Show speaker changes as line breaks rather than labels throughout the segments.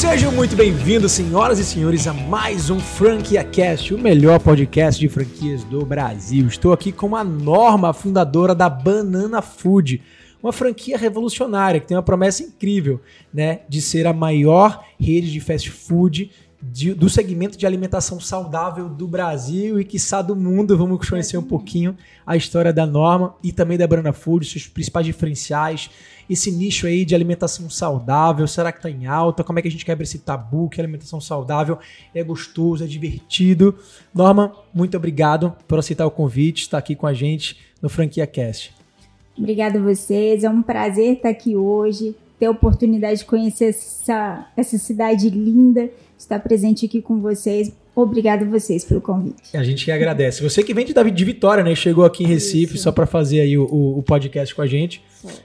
Sejam muito bem-vindos, senhoras e senhores, a mais um FranquiaCast, o melhor podcast de franquias do Brasil. Estou aqui com a Norma, a fundadora da Banana Food, uma franquia revolucionária que tem uma promessa incrível, né, de ser a maior rede de fast food do segmento de alimentação saudável do Brasil e, quiçá, do mundo. Vamos conhecer um pouquinho a história da Norma e também da Banana Food, seus principais diferenciais, esse nicho aí de alimentação saudável. Será que está em alta? Como é que a gente quebra esse tabu que a alimentação saudável é gostoso, é divertido? Norma, muito obrigado por aceitar o convite, estar aqui com a gente no FranquiaCast.
Obrigada a vocês, é um prazer estar aqui hoje, ter a oportunidade de conhecer essa cidade linda, estar presente aqui com vocês. Obrigado a vocês pelo convite.
A gente que agradece. Você que vem de Vitória, né? Chegou aqui em Recife. Isso. Só para fazer aí o podcast com a gente.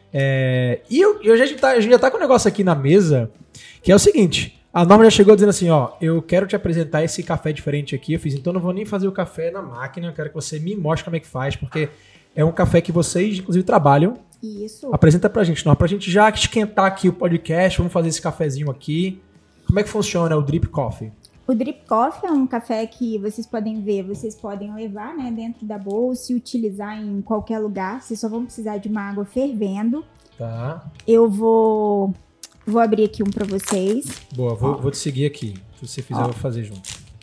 E a gente já tá com um negócio aqui na mesa, que é o seguinte. A Norma já chegou dizendo assim, ó, eu quero te apresentar esse café diferente aqui. Eu fiz, então não vou nem fazer o café na máquina, eu quero que você me mostre como é que faz, porque é um café que vocês, inclusive, trabalham.
Isso.
Apresenta pra gente, Norma, pra gente já esquentar aqui o podcast. Vamos fazer esse cafezinho aqui. Como é que funciona o Drip Coffee?
O Drip Coffee é um café que vocês podem ver, vocês podem levar, né, dentro da bolsa e utilizar em qualquer lugar. Vocês só vão precisar de uma água fervendo.
Tá.
Eu vou abrir aqui um para vocês.
Boa, vou te seguir aqui. Se você fizer, eu vou fazer junto.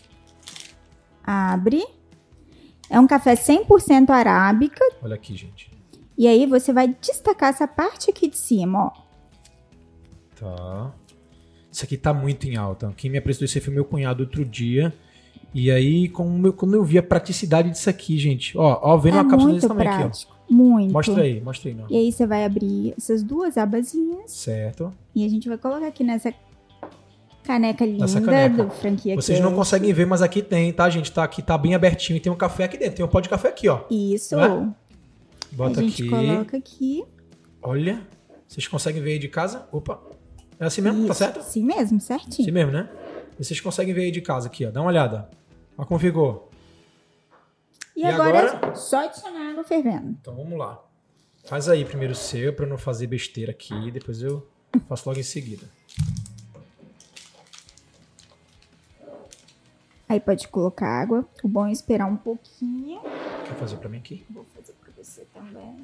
Abre. É um café 100% arábica.
Olha aqui, gente.
E aí você vai destacar essa parte aqui de cima, ó.
Tá. Isso aqui tá muito em alta. Quem me apresentou isso aí foi meu cunhado outro dia. E aí, quando eu vi a praticidade disso aqui, gente. Ó, vendo uma cápsula desse tamanho aqui, ó.
Muito.
Mostra aí, não.
E aí você vai abrir essas duas abazinhas.
Certo.
E a gente vai colocar aqui nessa caneca linda do FranquiaCast.
Vocês não conseguem ver, mas aqui tem, tá, gente? Tá aqui, tá bem abertinho e tem um café aqui dentro. Tem um pó de café aqui, ó.
Isso.
É? Bota aqui.
A gente coloca aqui.
Olha, vocês conseguem ver aí de casa? Opa. É assim mesmo,
Isso.
Tá certo?
Assim mesmo, certinho.
Assim mesmo, né? E vocês conseguem ver aí de casa aqui, ó. Dá uma olhada. Olha como ficou.
E agora é só adicionar água fervendo.
Então vamos lá. Faz aí primeiro o seu, pra eu não fazer besteira aqui. Depois eu faço logo em seguida.
Aí pode colocar água. O bom é esperar um pouquinho.
Quer fazer pra mim aqui?
Vou fazer pra você também.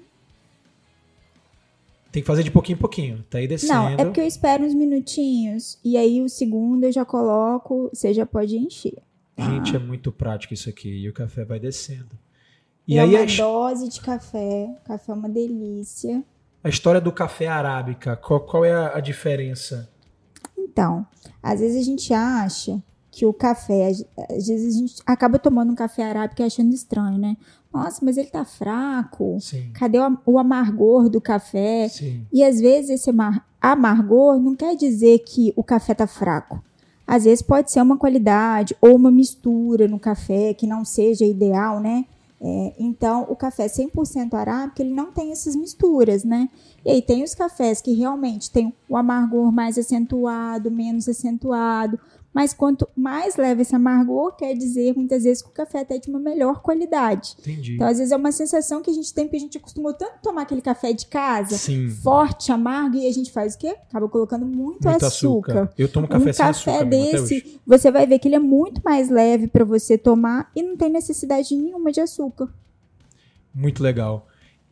Tem que fazer de pouquinho em pouquinho. Tá aí descendo.
Não, é porque eu espero uns minutinhos. E aí o segundo eu já coloco. Você já pode encher.
Gente, é muito prático isso aqui. E o café vai descendo. E
é
aí
uma dose de café. Café é uma delícia.
A história do café arábica. Qual é a diferença?
Então, às vezes a gente acha que o café, às vezes a gente acaba tomando um café arábica achando estranho, né? Nossa, mas ele tá fraco.
Sim.
Cadê o amargor do café?
Sim.
E às vezes esse amargor não quer dizer que o café tá fraco. Às vezes pode ser uma qualidade ou uma mistura no café que não seja ideal, né? Então, o café 100% arábica, ele não tem essas misturas, né? E aí tem os cafés que realmente tem o amargor mais acentuado, menos acentuado. Mas quanto mais leve esse amargor, quer dizer, muitas vezes, que o café é de uma melhor qualidade.
Entendi.
Então, às vezes, é uma sensação que a gente tem, porque a gente acostumou tanto a tomar aquele café de casa,
Sim.
forte, amargo, e a gente faz o quê? Acaba colocando muito açúcar.
Eu tomo café sem açúcar.
Um café desse, você vai ver que ele é muito mais leve para você tomar e não tem necessidade nenhuma de açúcar.
Muito legal.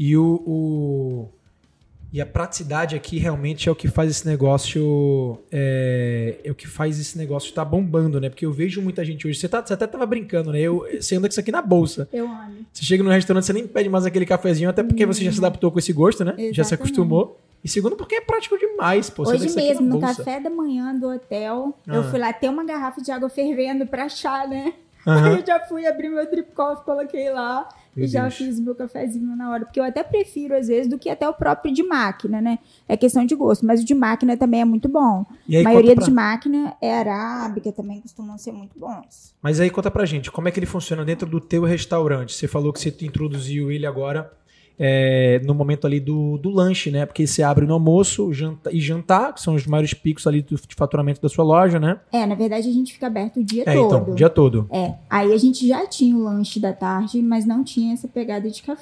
E a praticidade aqui realmente é o que faz esse negócio o que faz esse negócio estar bombando, né? Porque eu vejo muita gente hoje. Você até tava brincando, né? Você anda com isso aqui na bolsa.
Eu amo.
Você chega no restaurante, você nem pede mais aquele cafezinho, até porque você já se adaptou com esse gosto, né?
Exatamente.
Já se acostumou. E segundo, porque é prático demais, pô. Você
Hoje mesmo, no
bolsa.
Café da manhã do hotel, eu fui lá ter uma garrafa de água fervendo pra chá, né?
Uhum.
Aí eu já fui abrir meu drip coffee, coloquei lá.
Meu
e já
Deus.
fiz meu cafezinho na hora. Porque eu até prefiro, às vezes, do que até o próprio de máquina, né? É questão de gosto. Mas o de máquina também é muito bom.
E aí,
a maioria de máquina é arábica, também costumam ser muito bons.
Mas aí conta pra gente, como é que ele funciona dentro do teu restaurante? Você falou que você introduziu ele agora no momento ali do lanche, né? Porque você abre no almoço e jantar, que são os maiores picos ali de faturamento da sua loja, né?
Na verdade a gente fica aberto o dia todo.
Então, o dia todo.
Aí a gente já tinha o lanche da tarde, mas não tinha essa pegada de café.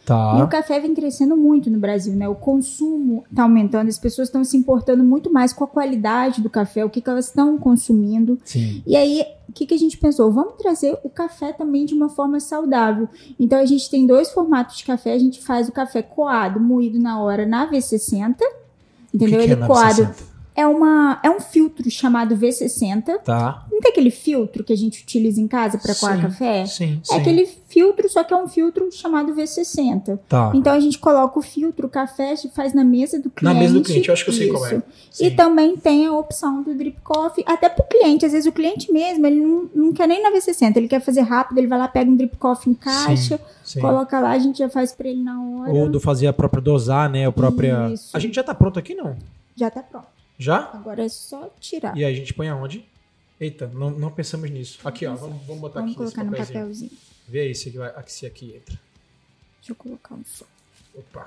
Tá.
E o café vem crescendo muito no Brasil, né? O consumo está aumentando, as pessoas estão se importando muito mais com a qualidade do café, o que elas estão consumindo.
Sim.
E aí, o que a gente pensou? Vamos trazer o café também de uma forma saudável. Então, a gente tem 2 formatos de café. A gente faz o café coado, moído na hora, na V60. Entendeu?
O que
Ele
é
coado.
V60?
É um filtro chamado V60.
Tá.
Não tem aquele filtro que a gente utiliza em casa para coar
Sim,
café?
Sim,
É aquele filtro, só que é um filtro chamado V60.
Tá.
Então a gente coloca o filtro, o café, faz na mesa do cliente.
Na mesa do cliente, eu acho que eu sei qual é.
Isso.
Sim.
E também tem a opção do drip coffee, até pro cliente. Às vezes o cliente mesmo, ele não quer nem na V60, ele quer fazer rápido, ele vai lá, pega um drip coffee em caixa,
Sim.
coloca lá, a gente já faz pra ele na hora.
Ou do fazer a própria dosar, né?
Isso.
A gente já tá pronto aqui, não?
Já tá pronto.
Já?
Agora é só tirar.
E aí a gente põe aonde? Eita, não pensamos nisso. Aqui, ó. Vamos botar
Vamos
aqui
colocar
esse
no
papelzinho.
papelzinho.
Vê aí se aqui entra.
Deixa eu colocar um só.
Opa.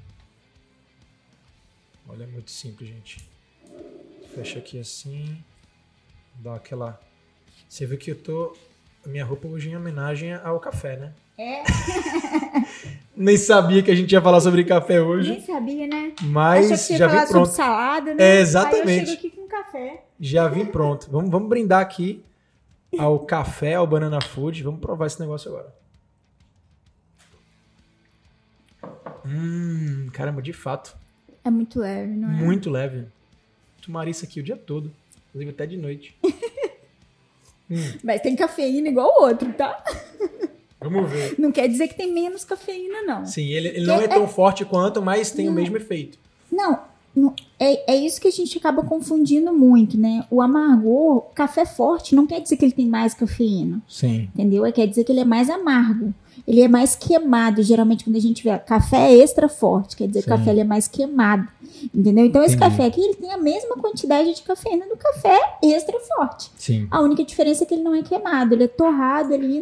Olha, é muito simples, gente. Fecha aqui assim. Dá aquela... Você viu que a minha roupa hoje é em homenagem ao café, né?
É.
Nem sabia que a gente ia falar sobre café hoje.
Nem sabia, né?
Mas
Achou que você
já
ia falar
vim pronto.
sobre salada, né?
É, exatamente.
Aí eu chego aqui com café.
Já vim pronto. Vamos brindar aqui ao café, ao Banana Food. Vamos provar esse negócio agora. Caramba, de fato.
É muito leve, não é?
Muito leve. Tomaria isso aqui o dia todo. Inclusive até de noite.
Mas tem cafeína igual o outro, tá?
Vamos ver.
Não quer dizer que tem menos cafeína, não.
Sim, ele não é tão forte quanto, mas tem o mesmo efeito.
Não, é isso que a gente acaba confundindo muito, né? O amargor, café forte, não quer dizer que ele tem mais cafeína.
Sim.
Entendeu? Quer dizer que ele é mais amargo. Ele é mais queimado. Geralmente, quando a gente vê café é extra forte, quer dizer que o café ele é mais queimado. Entendeu? Então, esse café aqui, ele tem a mesma quantidade de cafeína do café extra forte.
Sim.
A única diferença é que ele não é queimado. Ele é torrado ali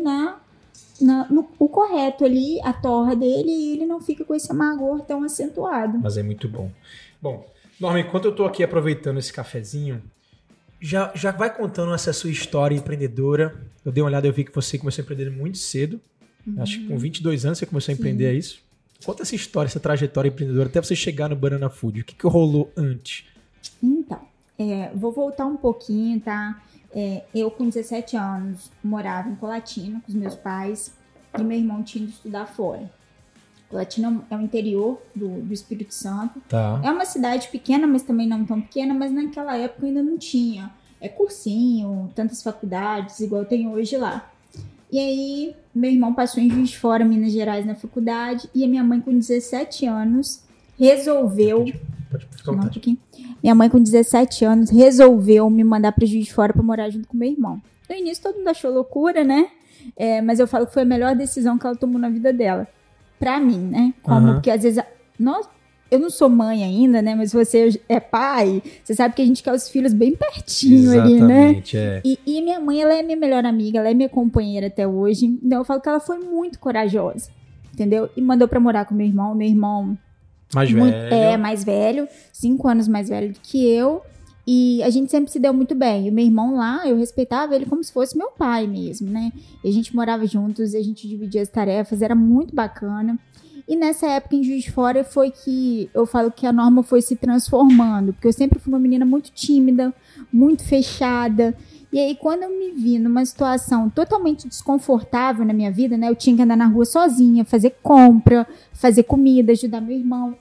o correto ali, a torra dele, e ele não fica com esse amargor tão acentuado.
Mas é muito bom. Bom, Norma, enquanto eu tô aqui aproveitando esse cafezinho, já vai contando essa sua história empreendedora. Eu dei uma olhada, eu vi que você começou a empreender muito cedo. Acho que com 22 anos você começou a empreender, é isso? Conta essa história, essa trajetória empreendedora, até você chegar no Banana Food. O que rolou antes?
Então, vou voltar um pouquinho, tá? Eu, com 17 anos, morava em Colatina com os meus pais e meu irmão tinha de estudar fora. Colatina é o interior do Espírito Santo.
Tá.
É uma cidade pequena, mas também não tão pequena, mas naquela época ainda não tinha cursinho, tantas faculdades, igual tem hoje lá. E aí, meu irmão passou em Juiz de Fora, Minas Gerais, na faculdade, e a minha mãe, com 17 anos, resolveu...
Pode ficar à vontade.
Minha mãe, com 17 anos, resolveu me mandar para Juiz de Fora para morar junto com meu irmão. No início, todo mundo achou loucura, né? Mas eu falo que foi a melhor decisão que ela tomou na vida dela. Pra mim, né? Porque às vezes... eu não sou mãe ainda, né? Mas se você é pai, você sabe que a gente quer os filhos bem pertinho ali, né?
Exatamente,
E minha mãe, ela é minha melhor amiga, ela é minha companheira até hoje. Então eu falo que ela foi muito corajosa, entendeu? E mandou pra morar com meu irmão. Meu irmão...
Mais velho.
Mais velho, 5 anos mais velho do que eu. E a gente sempre se deu muito bem. E o meu irmão lá, eu respeitava ele como se fosse meu pai mesmo, né? E a gente morava juntos, a gente dividia as tarefas, era muito bacana. E nessa época, em Juiz de Fora, foi que eu falo que a Norma foi se transformando. Porque eu sempre fui uma menina muito tímida, muito fechada. E aí, quando eu me vi numa situação totalmente desconfortável na minha vida, né? Eu tinha que andar na rua sozinha, fazer compra, fazer comida, ajudar meu irmão.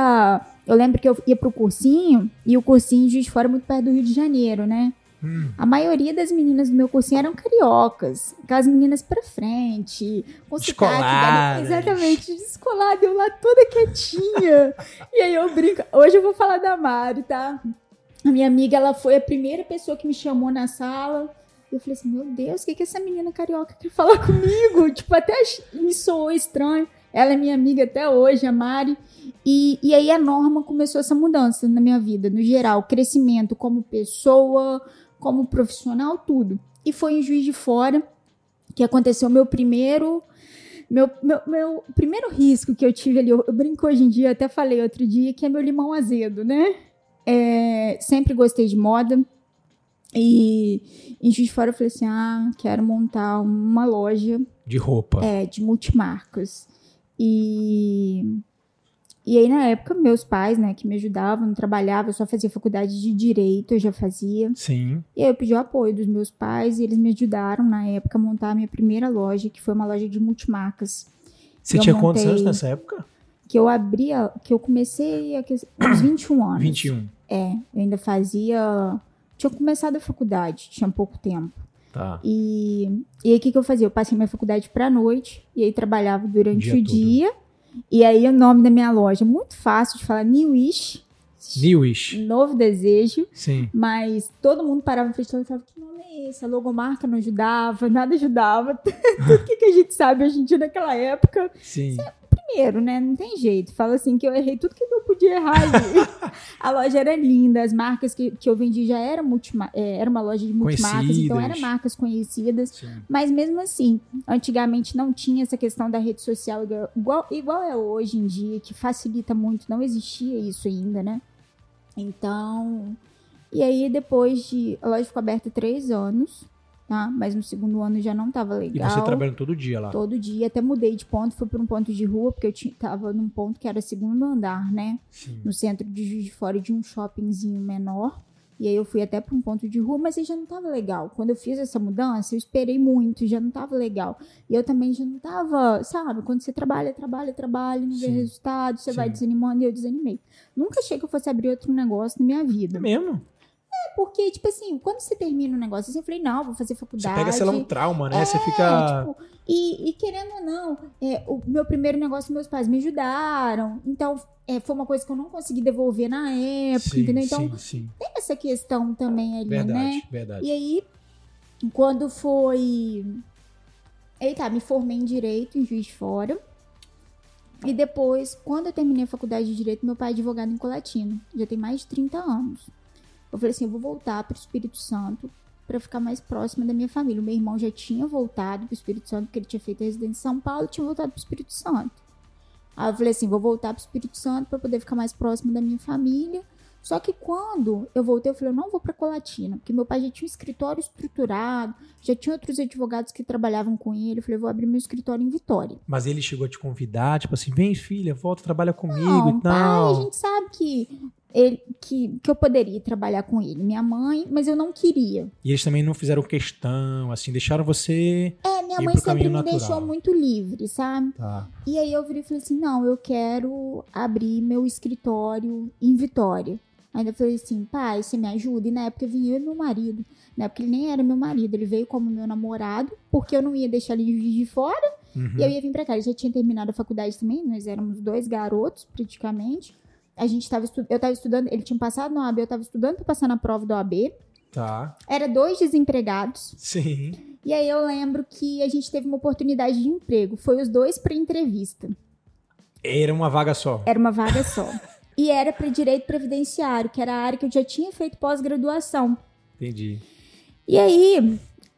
Eu lembro que eu ia pro cursinho, e o cursinho em Juiz de Fora é muito perto do Rio de Janeiro, né? A maioria das meninas do meu cursinho eram cariocas. Aquelas meninas pra frente, com sotaque. Exatamente, descolada. Eu lá toda quietinha. E aí eu brinco. Hoje eu vou falar da Mari, tá? A minha amiga, ela foi a primeira pessoa que me chamou na sala. E eu falei assim, meu Deus, o que essa menina carioca quer falar comigo? Tipo, até me soou estranho. Ela é minha amiga até hoje, a Mari. E aí a Norma começou essa mudança na minha vida, no geral. Crescimento como pessoa, como profissional, tudo. E foi em Juiz de Fora que aconteceu meu primeiro risco que eu tive ali. Eu brinco hoje em dia, até falei outro dia, que é meu limão azedo, né? Sempre gostei de moda. E em Juiz de Fora eu falei assim, quero montar uma loja...
De roupa.
De multimarcas. E aí, na época, meus pais, né, que me ajudavam, não trabalhavam, eu só fazia faculdade de Direito, eu já fazia.
Sim.
E aí eu pedi o apoio dos meus pais e eles me ajudaram, na época, a montar a minha primeira loja, que foi uma loja de multimarcas.
Você tinha quantos anos nessa época?
Que eu comecei uns 21 anos.
21.
Eu ainda fazia... Tinha começado a faculdade, tinha pouco tempo.
Tá.
E aí, o que eu fazia? Eu passei minha faculdade pra noite, e aí trabalhava durante o dia. E aí, o nome da minha loja, muito fácil de falar, New Wish. Novo Desejo.
Sim.
Mas todo mundo parava em frente e falava, que nome é esse? A logomarca não ajudava, nada ajudava. Tudo que a gente sabe hoje em dia naquela época.
Sim.
Primeiro, né? Não tem jeito. Fala assim que eu errei tudo que eu podia errar. A loja era linda, as marcas que eu vendi já era uma loja de multimarcas, então eram marcas conhecidas. Sim. Mas mesmo assim, antigamente não tinha essa questão da rede social igual é hoje em dia, que facilita muito, não existia isso ainda, né? Então, e aí depois a loja ficou aberta 3 anos, tá? Mas no segundo ano já não tava legal.
E você trabalhando todo dia lá?
Todo dia, até mudei de ponto, fui para um ponto de rua, porque eu tava num ponto que era segundo andar, né? Sim. No centro de Juiz de Fora, de um shoppingzinho menor. E aí eu fui até para um ponto de rua, mas aí já não tava legal. Quando eu fiz essa mudança, eu esperei muito, já não tava legal. E eu também já não tava, sabe? Quando você trabalha, não vê resultado, você vai desanimando, e eu desanimei. Nunca achei que eu fosse abrir outro negócio na minha vida.
É mesmo?
Porque, tipo assim, quando você termina um negócio, assim, eu falei, não, vou fazer faculdade.
Você pega, sei lá, um trauma, né? Você fica...
Tipo, e querendo ou não, o meu primeiro negócio, meus pais me ajudaram. Então, foi uma coisa que eu não consegui devolver na época, entendeu? Então, tem essa questão também ali, né?
Verdade.
E aí, quando foi... Eita, me formei em Direito, em Juiz de Fora. E depois, quando eu terminei a faculdade de Direito, meu pai é advogado em Colatina. Já tem mais de 30 anos. Eu falei assim, eu vou voltar para o Espírito Santo para ficar mais próxima da minha família. O meu irmão já tinha voltado para o Espírito Santo, porque ele tinha feito a residência em São Paulo e tinha voltado para o Espírito Santo. Aí eu falei assim, vou voltar para o Espírito Santo para poder ficar mais próxima da minha família. Só que quando eu voltei, eu falei, eu não vou para Colatina, porque meu pai já tinha um escritório estruturado, já tinha outros advogados que trabalhavam com ele. Eu falei, eu vou abrir meu escritório em Vitória.
Mas ele chegou a te convidar, tipo assim, vem filha, volta, trabalha comigo
não,
e tal.
Pai, a gente sabe que eu poderia trabalhar com ele, minha mãe, mas eu não queria.
E eles também não fizeram questão, assim, deixaram você
minha mãe sempre me deixou muito livre, sabe?
Tá.
E aí eu virei e falei assim, não, eu quero abrir meu escritório em Vitória. Ainda falei assim, pai, você me ajuda? E na época vinha eu e meu marido. Na época ele nem era meu marido, ele veio como meu namorado, porque eu não ia deixar ele de fora, e eu ia vir pra cá. Ele já tinha terminado a faculdade também, nós éramos 2 garotos, praticamente. Eu tava estudando, ele tinha passado na OAB, eu tava estudando pra passar na prova da OAB.
Tá.
Era 2 desempregados.
Sim.
E aí eu lembro que a gente teve uma oportunidade de emprego. Foi os 2 pra entrevista.
Era uma vaga só?
Era uma vaga só. E era para direito previdenciário, que era a área que eu já tinha feito pós-graduação.
Entendi.
E aí,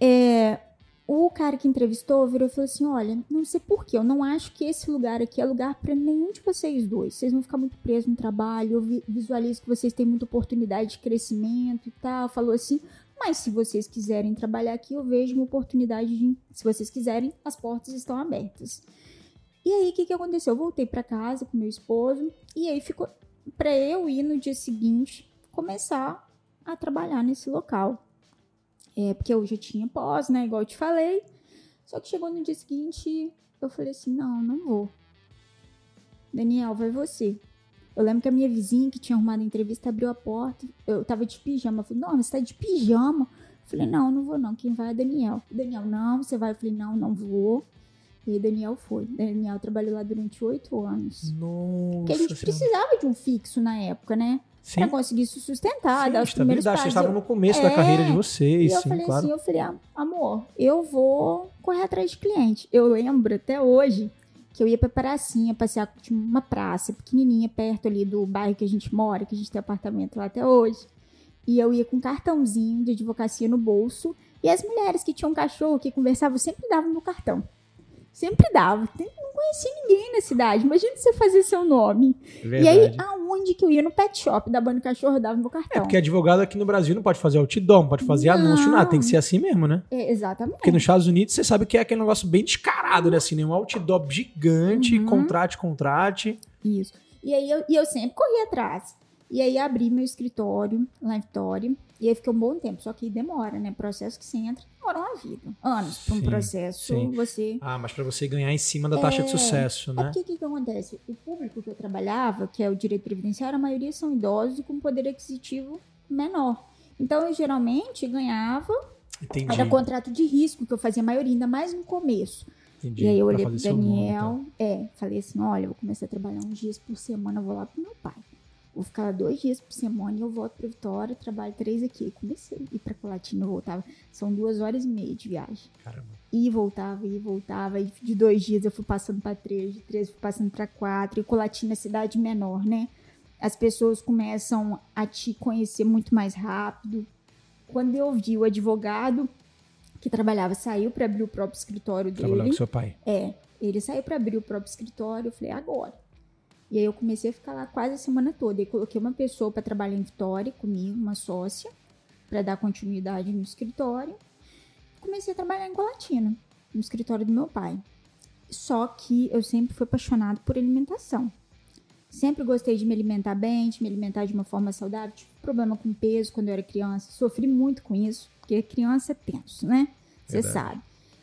o cara que entrevistou virou e falou assim, olha, não sei porquê, eu não acho que esse lugar aqui é lugar para nenhum de vocês dois. Vocês vão ficar muito presos no trabalho, eu visualizo que vocês têm muita oportunidade de crescimento e tal. Falou assim, mas se vocês quiserem trabalhar aqui, eu vejo uma oportunidade se vocês quiserem, as portas estão abertas. E aí, o que aconteceu? Eu voltei para casa com meu esposo, e aí ficou para eu ir no dia seguinte começar a trabalhar nesse local. Porque eu já tinha pós, né? Igual eu te falei. Só que chegou no dia seguinte, eu falei assim, não vou. Daniel, vai você. Eu lembro que a minha vizinha, que tinha arrumado a entrevista, abriu a porta. Eu tava de pijama. Eu falei, não, você tá de pijama? Eu falei, não vou não. Quem vai é Daniel. Daniel, não, você vai? Eu falei, não vou. E aí Daniel foi. Daniel trabalhou lá durante 8 anos.
Nossa.
Porque a gente precisava de um fixo na época, né?
Sim.
Pra conseguir se sustentar, dar os primeiros passos.
Vocês estavam no começo da carreira de vocês,
e eu
sim,
falei
claro.
assim, eu falei, amor, eu vou correr atrás de cliente. Eu lembro até hoje que eu ia pra pracinha, passear, tinha uma praça pequenininha perto ali do bairro que a gente mora, que a gente tem apartamento lá até hoje. E eu ia com um cartãozinho de advocacia no bolso. E as mulheres que tinham cachorro, que conversavam, sempre davam meu cartão. Sempre dava. Não conhecia ninguém na cidade. Imagina você fazer seu nome.
Verdade.
E aí, aonde que eu ia? No pet shop da banho do cachorro, eu dava meu cartão.
Porque advogado aqui no Brasil não pode fazer outdoor, não pode fazer anúncio, nada. Tem que ser assim mesmo, né?
Exatamente.
Porque nos Estados Unidos você sabe que é aquele negócio bem descarado, né? Assim, um outdoor gigante, contrate.
Isso. E aí eu sempre corri atrás. E aí abri meu escritório lá em Vitória. E aí fiquei um bom tempo. Só que demora, né? Processo que você entra, demora uma vida. Anos para um processo, você...
mas para você ganhar em cima da taxa de sucesso, né?
Porque o que acontece? O público que eu trabalhava, que é o direito previdenciário, a maioria são idosos e com poder aquisitivo menor. Então, eu geralmente ganhava...
Entendi.
Era contrato de risco que eu fazia a maioria, ainda mais no começo.
Entendi.
E aí eu olhei pro Daniel, falei assim, olha, eu vou começar a trabalhar uns dias por semana, eu vou lá pro meu pai. Vou ficar lá 2 dias por semana e eu volto pra Vitória, trabalho 3 aqui. Eu comecei a ir pra Colatina, eu voltava. São 2h30 de viagem.
Caramba.
E voltava. E de 2 dias eu fui passando pra 3, de 3 fui passando pra 4. E Colatina é cidade menor, né? As pessoas começam a te conhecer muito mais rápido. Quando eu vi o advogado que trabalhava, saiu pra abrir o próprio escritório dele.
Trabalhava com seu pai.
Ele saiu pra abrir o próprio escritório. Eu falei, agora. E aí eu comecei a ficar lá quase a semana toda. E coloquei uma pessoa para trabalhar em Vitória comigo, uma sócia, para dar continuidade no escritório. Comecei a trabalhar em Colatina, no escritório do meu pai. Só que eu sempre fui apaixonada por alimentação. Sempre gostei de me alimentar bem, de me alimentar de uma forma saudável. Tive problema com peso quando eu era criança. Sofri muito com isso, porque criança é tenso, né? Você sabe.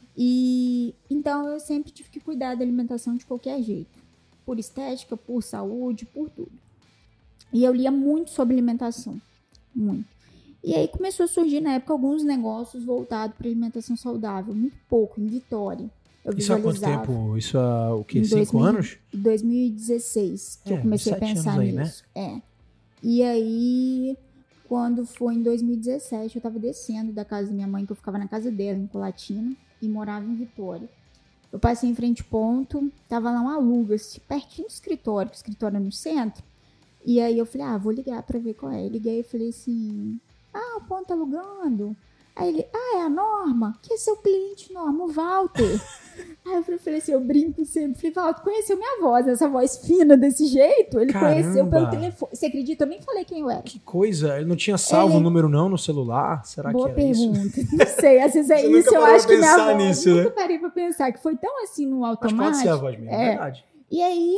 E então eu sempre tive que cuidar da alimentação de qualquer jeito. Por estética, por saúde, por tudo. E eu lia muito sobre alimentação. Muito. E aí começou a surgir, na época, alguns negócios voltados para alimentação saudável. Muito pouco, em Vitória. Eu
isso há quanto tempo? Isso há o quê? 5 anos?
2016, que eu comecei a pensar nisso. Né? E aí, quando foi em 2017, eu estava descendo da casa da minha mãe, que eu ficava na casa dela, em Colatina, e morava em Vitória. Eu passei em frente ao ponto, tava lá um Alugas, pertinho do escritório, que o escritório é no centro. E aí eu falei, vou ligar pra ver qual é. Eu liguei e falei assim, o ponto tá alugando. Aí ele, é a Norma? Que é seu cliente, Norma, o Walter. Aí eu falei assim, eu brinco sempre. Falei, Walter, conheceu minha voz, essa voz fina desse jeito? Ele conheceu pelo telefone. Você acredita? Eu nem falei quem eu era.
Que coisa, ele não tinha salvo o número não no celular? Será
Boa
que era
pergunta.
isso?
Não sei, às vezes é
você
isso, eu acho que minha voz,
nisso,
nunca
né?
parei pra pensar, que foi tão assim no automático.
Mas pode ser a voz mesmo, é verdade.
E aí,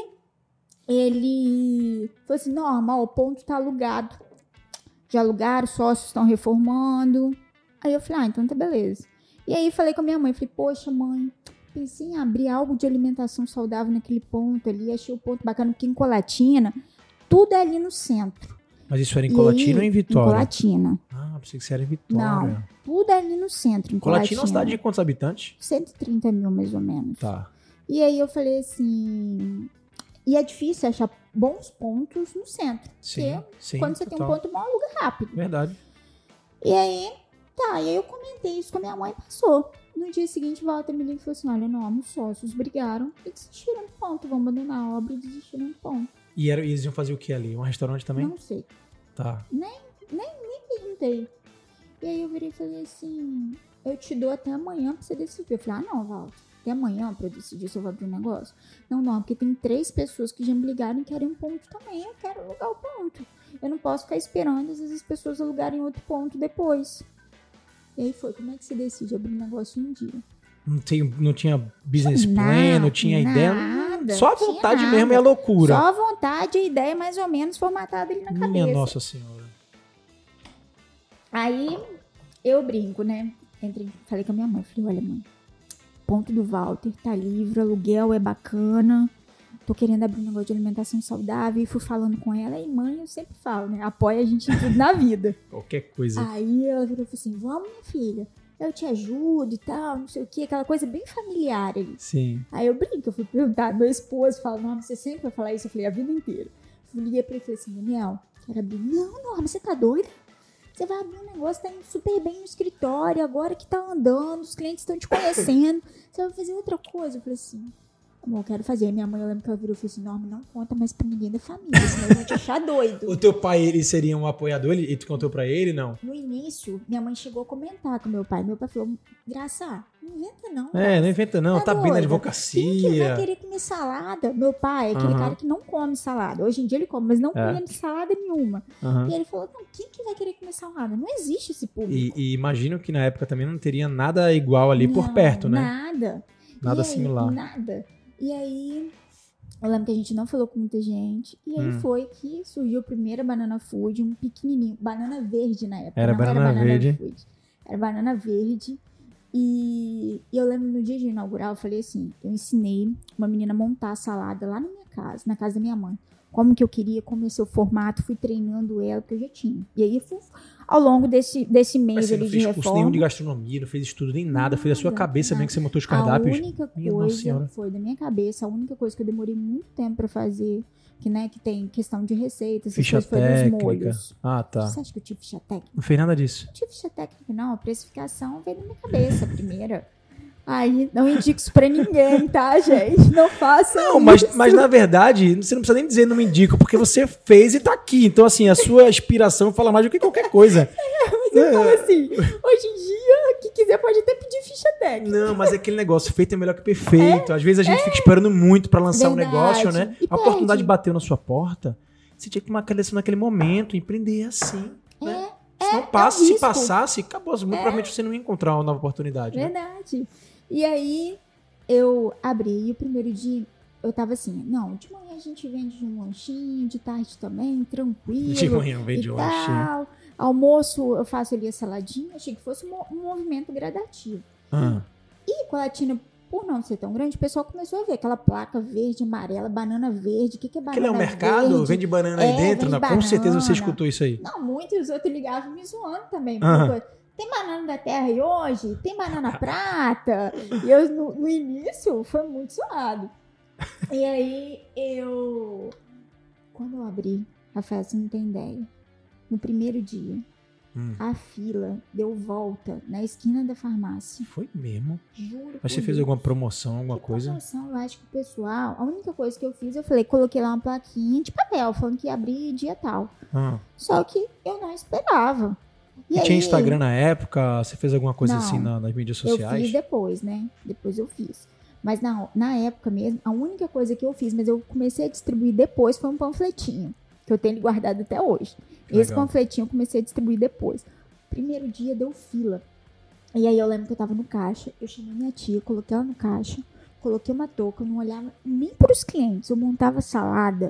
ele falou assim, Norma, o ponto tá alugado. Já alugaram, sócios estão reformando. Aí eu falei, então tá beleza. E aí falei com a minha mãe, falei, poxa mãe, pensei em abrir algo de alimentação saudável naquele ponto ali, achei o ponto bacana, porque em Colatina, tudo é ali no centro.
Mas isso era em Colatina ou em Vitória?
Em Colatina.
Pensei que isso era em Vitória.
Não, tudo é ali no centro, em
Colatina é uma cidade de quantos habitantes?
130 mil, mais ou menos.
Tá.
E aí eu falei assim, e é difícil achar bons pontos no centro.
Sim,
quando você tem um ponto bom, aluga rápido.
Verdade.
E aí, e aí eu comentei isso com a minha mãe e passou. No dia seguinte, o Walter me ligou e falou assim, olha, não, os sócios brigaram e desistiram do ponto, vão abandonar a obra e desistiram do ponto.
E eles iam fazer o que ali? Um restaurante também?
Não sei.
Tá.
Nem perguntei. E aí eu virei e falei assim, eu te dou até amanhã pra você decidir. Eu falei, não, Walter, até amanhã pra eu decidir se eu vou abrir um negócio? Não, porque tem 3 pessoas que já me ligaram e querem um ponto também. Eu quero alugar o ponto. Eu não posso ficar esperando, às vezes as pessoas alugarem outro ponto depois. E aí foi, como é que você decide abrir um negócio em um dia?
Não tinha business plan, não tinha ideia. Só a vontade mesmo e a loucura.
Só a vontade e a ideia mais ou menos formatada ali na cabeça.
Minha Nossa Senhora.
Aí eu brinco, né? Falei com a minha mãe, falei, olha mãe, ponto do Walter, tá livre, aluguel é bacana, tô querendo abrir um negócio de alimentação saudável, e fui falando com ela, e mãe, eu sempre falo, né? Apoia a gente em tudo na vida.
Qualquer coisa.
Aí ela virou e falou assim, vamos minha filha, eu te ajudo e tal, não sei o que, aquela coisa bem familiar ali.
Sim.
Aí eu brinco, eu fui perguntar, meu esposo fala, Norma, você sempre vai falar isso? Eu falei, a vida inteira. Eu liguei pra ele e falei assim, Daniel, quero abrir. Não, Norma, você tá doida? Você vai abrir um negócio, tá indo super bem no escritório, agora que tá andando, os clientes estão te conhecendo, você vai fazer outra coisa. Eu falei assim, amor, eu quero fazer. Minha mãe, eu lembro que ela virou e falou assim, Norma, não conta mais pra ninguém da família, senão eu vou te achar doido.
O teu pai, ele seria um apoiador? E tu contou pra ele, não?
No início, minha mãe chegou a comentar com meu pai. Meu pai falou, Graça, Não inventa não.
Não inventa não. Tá bem na
doida?
advocacia.
Quem que vai querer comer salada? Meu pai é aquele cara que não come salada. Hoje em dia ele come, mas não come salada nenhuma. E ele falou, não, quem que vai querer comer salada? Não existe esse público.
E imagino que na época também não teria nada igual ali por perto, né? Nada similar.
Nada. E aí, eu lembro que a gente não falou com muita gente. E aí foi que surgiu a primeira Banana Food, um pequenininho. Banana verde na época.
Era banana verde.
Food. Era banana verde. E eu lembro no dia de inaugurar, eu falei assim, eu ensinei uma menina a montar a salada lá na minha casa, na casa da minha mãe. Como que eu queria, como ia ser o formato, fui treinando ela, que eu já tinha. E aí, ao longo desse mês ali de reforma... Não fez curso
nenhum de gastronomia, não fez estudo nem nada, foi da sua cabeça mesmo que você montou os cardápios?
A única coisa foi da minha cabeça, a única coisa que eu demorei muito tempo pra fazer, que tem questão de receitas, essas
ficha
coisas, foi dos molhos.
Ah, tá.
Você acha que eu tive ficha técnica?
Não fez nada disso?
Não tive ficha técnica, não. A precificação veio da minha cabeça, a primeira. Aí, não indico isso pra ninguém, tá, gente? Não façam isso.
Mas na verdade, você não precisa nem dizer não me indico, porque você fez e tá aqui. Então, assim, a sua inspiração fala mais do que qualquer coisa.
Mas eu falo assim, hoje em dia, quem quiser pode até pedir ficha técnica.
Não, mas é aquele negócio, feito é melhor que perfeito. Às vezes a gente fica esperando muito pra lançar um negócio, né? A oportunidade bateu na sua porta, você tinha que tomar aquela decisão naquele momento, empreender assim, né? Se não passa, se passasse, acabou. Muito provavelmente você não ia encontrar uma nova oportunidade.
Verdade. Né? E aí, eu abri, e o primeiro dia, eu tava assim, não, de manhã a gente vende um lanchinho, de tarde também, tranquilo.
De manhã vende um lanchinho.
Almoço, eu faço ali a saladinha, achei que fosse um movimento gradativo. E com a Latina, por não ser tão grande, o pessoal começou a ver aquela placa verde, amarela, banana verde. O que é banana verde?
Aquele é o mercado? Vende banana aí dentro? Não, com certeza você escutou isso aí.
Não, muitos outros ligavam me zoando também. Tem banana da terra aí hoje? Tem banana prata? E eu, no início, foi muito zoado. E aí, quando eu abri a festa, você não tem ideia. No primeiro dia, a fila deu volta na esquina da farmácia.
Foi mesmo?
Juro.
Mas você fez alguma promoção, alguma coisa?
Promoção, eu acho que o pessoal... A única coisa que eu fiz, coloquei lá uma plaquinha de papel, falando que ia abrir dia tal. Só que eu não esperava.
E tinha Instagram na época? Você fez alguma coisa assim nas mídias sociais?
Eu fiz depois, né? Depois eu fiz. Mas na época mesmo, a única coisa que eu fiz, mas eu comecei a distribuir depois, foi um panfletinho. Que eu tenho ele guardado até hoje. Esse panfletinho eu comecei a distribuir depois. Primeiro dia deu fila. E aí eu lembro que eu tava no caixa, eu chamei minha tia, coloquei ela no caixa, coloquei uma touca, eu não olhava nem pros clientes. Eu montava salada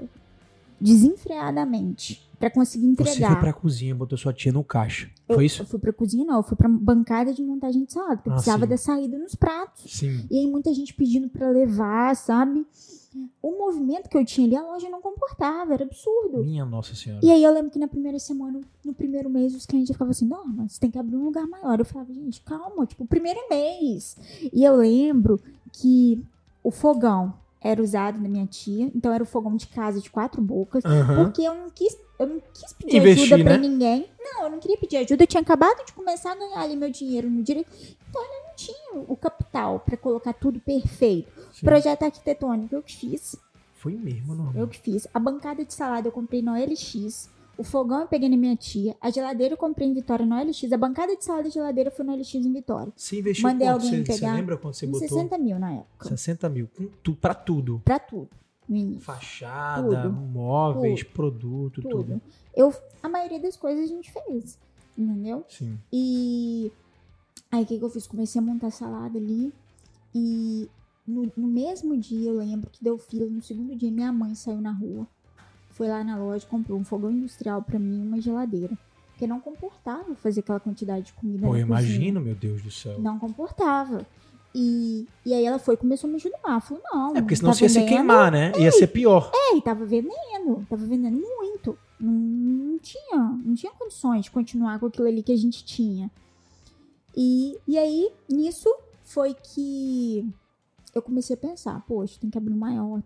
desenfreadamente pra conseguir entregar.
Você foi pra cozinha, botou sua tia no caixa. Foi isso?
Eu fui pra cozinha, não. Eu fui pra bancada de montagem de salada, porque precisava da saída nos pratos.
Sim.
E aí muita gente pedindo pra levar, sabe? O movimento que eu tinha ali, a loja não comportava, era absurdo.
Minha Nossa Senhora.
E aí eu lembro que na primeira semana, no primeiro mês, os clientes ficavam assim, Norma, você tem que abrir um lugar maior. Eu falava, gente, calma, tipo, primeiro mês. E eu lembro que o fogão era usado da minha tia, então era o fogão de casa de 4 bocas, porque eu não quis pedir ajuda pra ninguém. Não, eu não queria pedir ajuda, eu tinha acabado de começar a ganhar ali meu dinheiro no direito, então eu não tinha o capital pra colocar tudo perfeito. Sim. Projeto arquitetônico, eu que fiz.
Foi mesmo, não?
Eu que fiz. A bancada de salada eu comprei no OLX, o fogão eu peguei na minha tia, a geladeira eu comprei em Vitória no OLX, a bancada de salada e geladeira foi no OLX em Vitória.
Você investiu
Mandei
quanto?
Alguém pegar,
você lembra quando você botou?
60 mil na época.
60 mil, pra tudo?
Pra tudo.
Fachada, móveis, produto, tudo.
A maioria das coisas a gente fez, entendeu?
Sim.
E aí o que eu fiz? Comecei a montar salada ali e no mesmo dia eu lembro que deu fila. No segundo dia minha mãe saiu na rua, foi lá na loja, comprou um fogão industrial pra mim e uma geladeira. Porque não comportava fazer aquela quantidade de comida.
Pô, eu imagino, meu Deus do céu.
Não comportava. E aí ela foi e começou a me ajudar. Falou, não.
Porque senão você ia se queimar, né? Ia ser pior.
E tava vendendo muito. Não tinha condições de continuar com aquilo ali que a gente tinha. E aí, nisso, foi que eu comecei a pensar, poxa, tem que abrir um maior.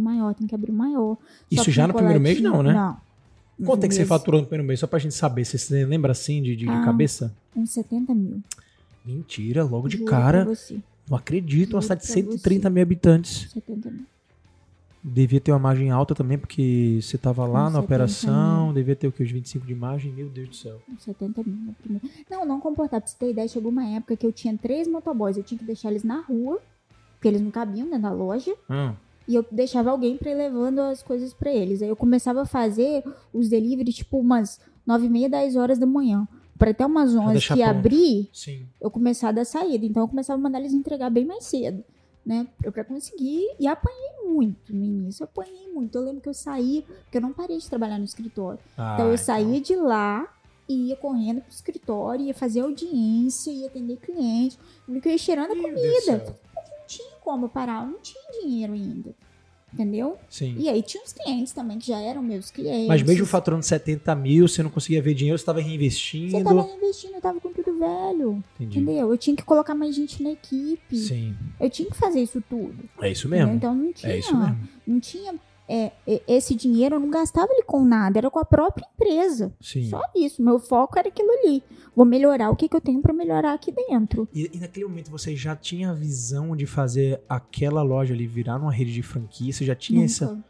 Isso já no primeiro mês, não, né?
Não.
Quanto é que você faturou no primeiro mês? Só pra gente saber. Você lembra assim de cabeça?
Uns 70 mil.
Mentira, logo de cara. Não acredito, uma cidade de 130 mil habitantes.
70 mil.
Devia ter uma margem alta também, porque você tava lá na
70
operação,
mil.
devia ter o que? Os 25 de margem? Meu Deus do céu.
70 mil na primeira. Não comportava. Pra você ter ideia, chegou uma época que eu tinha 3 motoboys. Eu tinha que deixar eles na rua, porque eles não cabiam dentro da loja. E eu deixava alguém pra ir levando as coisas pra eles. Aí eu começava a fazer os deliveries, tipo, umas 9h30, 10 horas da manhã. Pra até umas 11 que abrir, eu começava a dar saída. Então eu começava a mandar eles entregar bem mais cedo, né? Pra conseguir. E apanhei muito no início. Eu lembro que eu saí, porque eu não parei de trabalhar no escritório. Então eu saía de lá e ia correndo pro escritório, ia fazer audiência, ia atender cliente. Eu ia cheirando a comida. Não tinha como parar, eu não tinha dinheiro ainda. Entendeu?
Sim.
E aí tinha os clientes também, que já eram meus clientes.
Mas mesmo faturando 70 mil, você não conseguia ver dinheiro, você estava reinvestindo.
Você estava reinvestindo, eu estava com tudo velho.
Entendi.
Entendeu? Eu tinha que colocar mais gente na equipe.
Sim.
Eu tinha que fazer isso tudo.
É isso mesmo.
Entendeu? Então não tinha.
É isso mesmo.
Não tinha. Esse dinheiro eu não gastava ele com nada, era com a própria empresa.
Sim.
Só isso. Meu foco era aquilo ali. Vou melhorar o que eu tenho para melhorar aqui dentro.
E naquele momento você já tinha a visão de fazer aquela loja ali virar uma rede de franquia? Você já tinha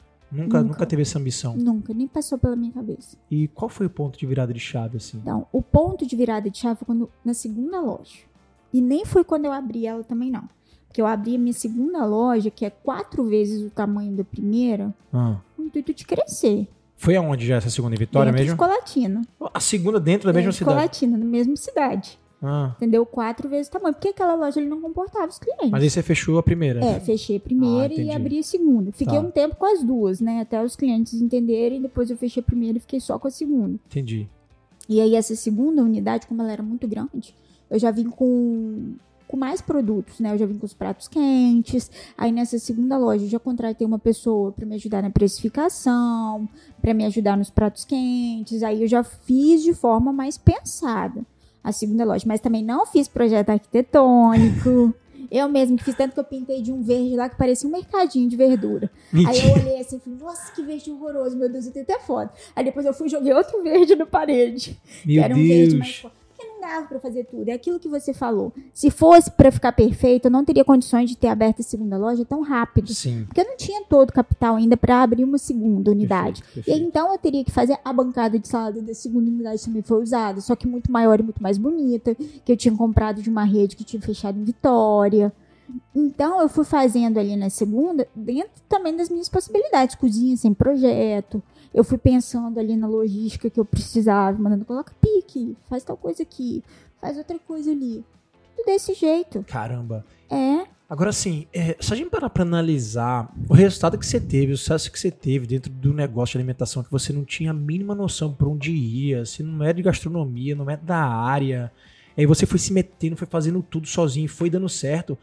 Nunca teve essa ambição?
Nunca, nem passou pela minha cabeça.
E qual foi o ponto de virada de chave, assim?
Então, o ponto de virada de chave foi na segunda loja. E nem foi quando eu abri ela também, não. Porque eu abri a minha segunda loja, que é 4 vezes o tamanho da primeira, com o intuito de crescer.
Foi aonde já essa segunda, em Vitória
dentro
mesmo?
De Colatina.
A segunda dentro da mesma cidade?
Colatina, na mesma cidade. Entendeu? 4 vezes o tamanho. Porque aquela loja ele não comportava os clientes.
Mas aí você fechou a primeira?
Fechei a primeira e abri a segunda. Fiquei um tempo com as duas, né? Até os clientes entenderem. Depois eu fechei a primeira e fiquei só com a segunda.
Entendi.
E aí essa segunda unidade, como ela era muito grande, eu já vim com mais produtos, né? Eu já vim com os pratos quentes. Aí nessa segunda loja eu já contratei uma pessoa para me ajudar na precificação, para me ajudar nos pratos quentes. Aí eu já fiz de forma mais pensada a segunda loja, mas também não fiz projeto arquitetônico. Eu mesmo que fiz, tanto que eu pintei de um verde lá que parecia um mercadinho de verdura.
Mentira.
Aí eu olhei assim e falei, nossa, que verde horroroso, meu Deus, eu tenho até foto. Aí depois eu fui e joguei outro verde na parede.
Meu
era um
Deus.
verde mais forte. Porque não dava pra fazer tudo. É aquilo que você falou. Se fosse pra ficar perfeito, eu não teria condições de ter aberto a segunda loja tão rápido.
Sim.
Porque eu não tinha todo o capital ainda pra abrir uma segunda unidade.
Perfeito.
E aí, então eu teria que fazer a bancada de salada da segunda unidade também foi usada, só que muito maior e muito mais bonita, que eu tinha comprado de uma rede que tinha fechado em Vitória. Então eu fui fazendo ali na segunda, dentro também das minhas possibilidades, cozinha sem projeto. Eu fui pensando ali na logística que eu precisava, mandando, coloca pique, faz tal coisa aqui, faz outra coisa ali. Tudo desse jeito.
Caramba.
Agora
assim, se a gente parar pra analisar o resultado que você teve, o sucesso que você teve dentro do negócio de alimentação, que você não tinha a mínima noção por onde ia, se não é de gastronomia, não é da área, aí você foi se metendo, foi fazendo tudo sozinho, foi dando certo,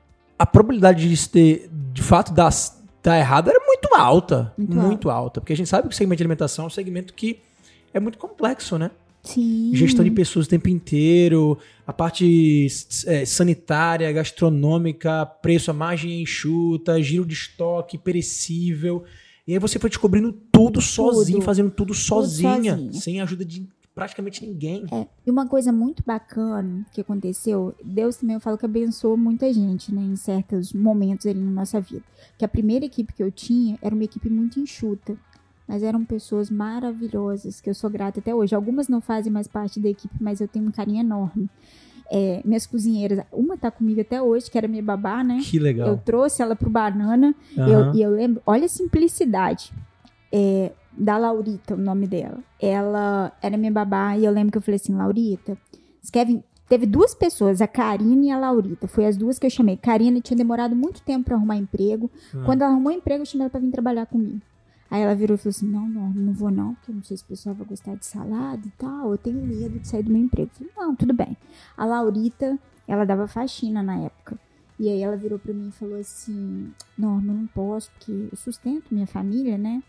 a probabilidade de ter, de fato, dar errado era muito alta. Muito alta. Porque a gente sabe que o segmento de alimentação é um segmento que é muito complexo, né?
Sim.
Gestão de pessoas o tempo inteiro, a parte sanitária, gastronômica, preço, a margem enxuta, giro de estoque, perecível. E aí você foi descobrindo tudo sozinho, fazendo tudo sozinha, sem a ajuda de praticamente ninguém.
E uma coisa muito bacana que aconteceu, Deus também, eu falo que abençoou muita gente, né, em certos momentos ali na nossa vida. Que a primeira equipe que eu tinha era uma equipe muito enxuta, mas eram pessoas maravilhosas, que eu sou grata até hoje. Algumas não fazem mais parte da equipe, mas eu tenho um carinho enorme. Minhas cozinheiras, uma tá comigo até hoje, que era minha babá, né?
Que legal.
Eu trouxe ela pro Banana, e eu lembro, olha a simplicidade. Da Laurita, o nome dela. Ela era minha babá e eu lembro que eu falei assim, Laurita, teve 2 pessoas, a Karina e a Laurita. Foi as 2 que eu chamei. Karina tinha demorado muito tempo pra arrumar emprego. Quando ela arrumou emprego, eu chamei ela pra vir trabalhar comigo. Aí ela virou e falou assim, não vou não, porque eu não sei se o pessoal vai gostar de salada e tal, eu tenho medo de sair do meu emprego. Eu falei, não, tudo bem. A Laurita, ela dava faxina na época. E aí ela virou pra mim e falou assim, Norma, eu não posso, porque eu sustento minha família, né?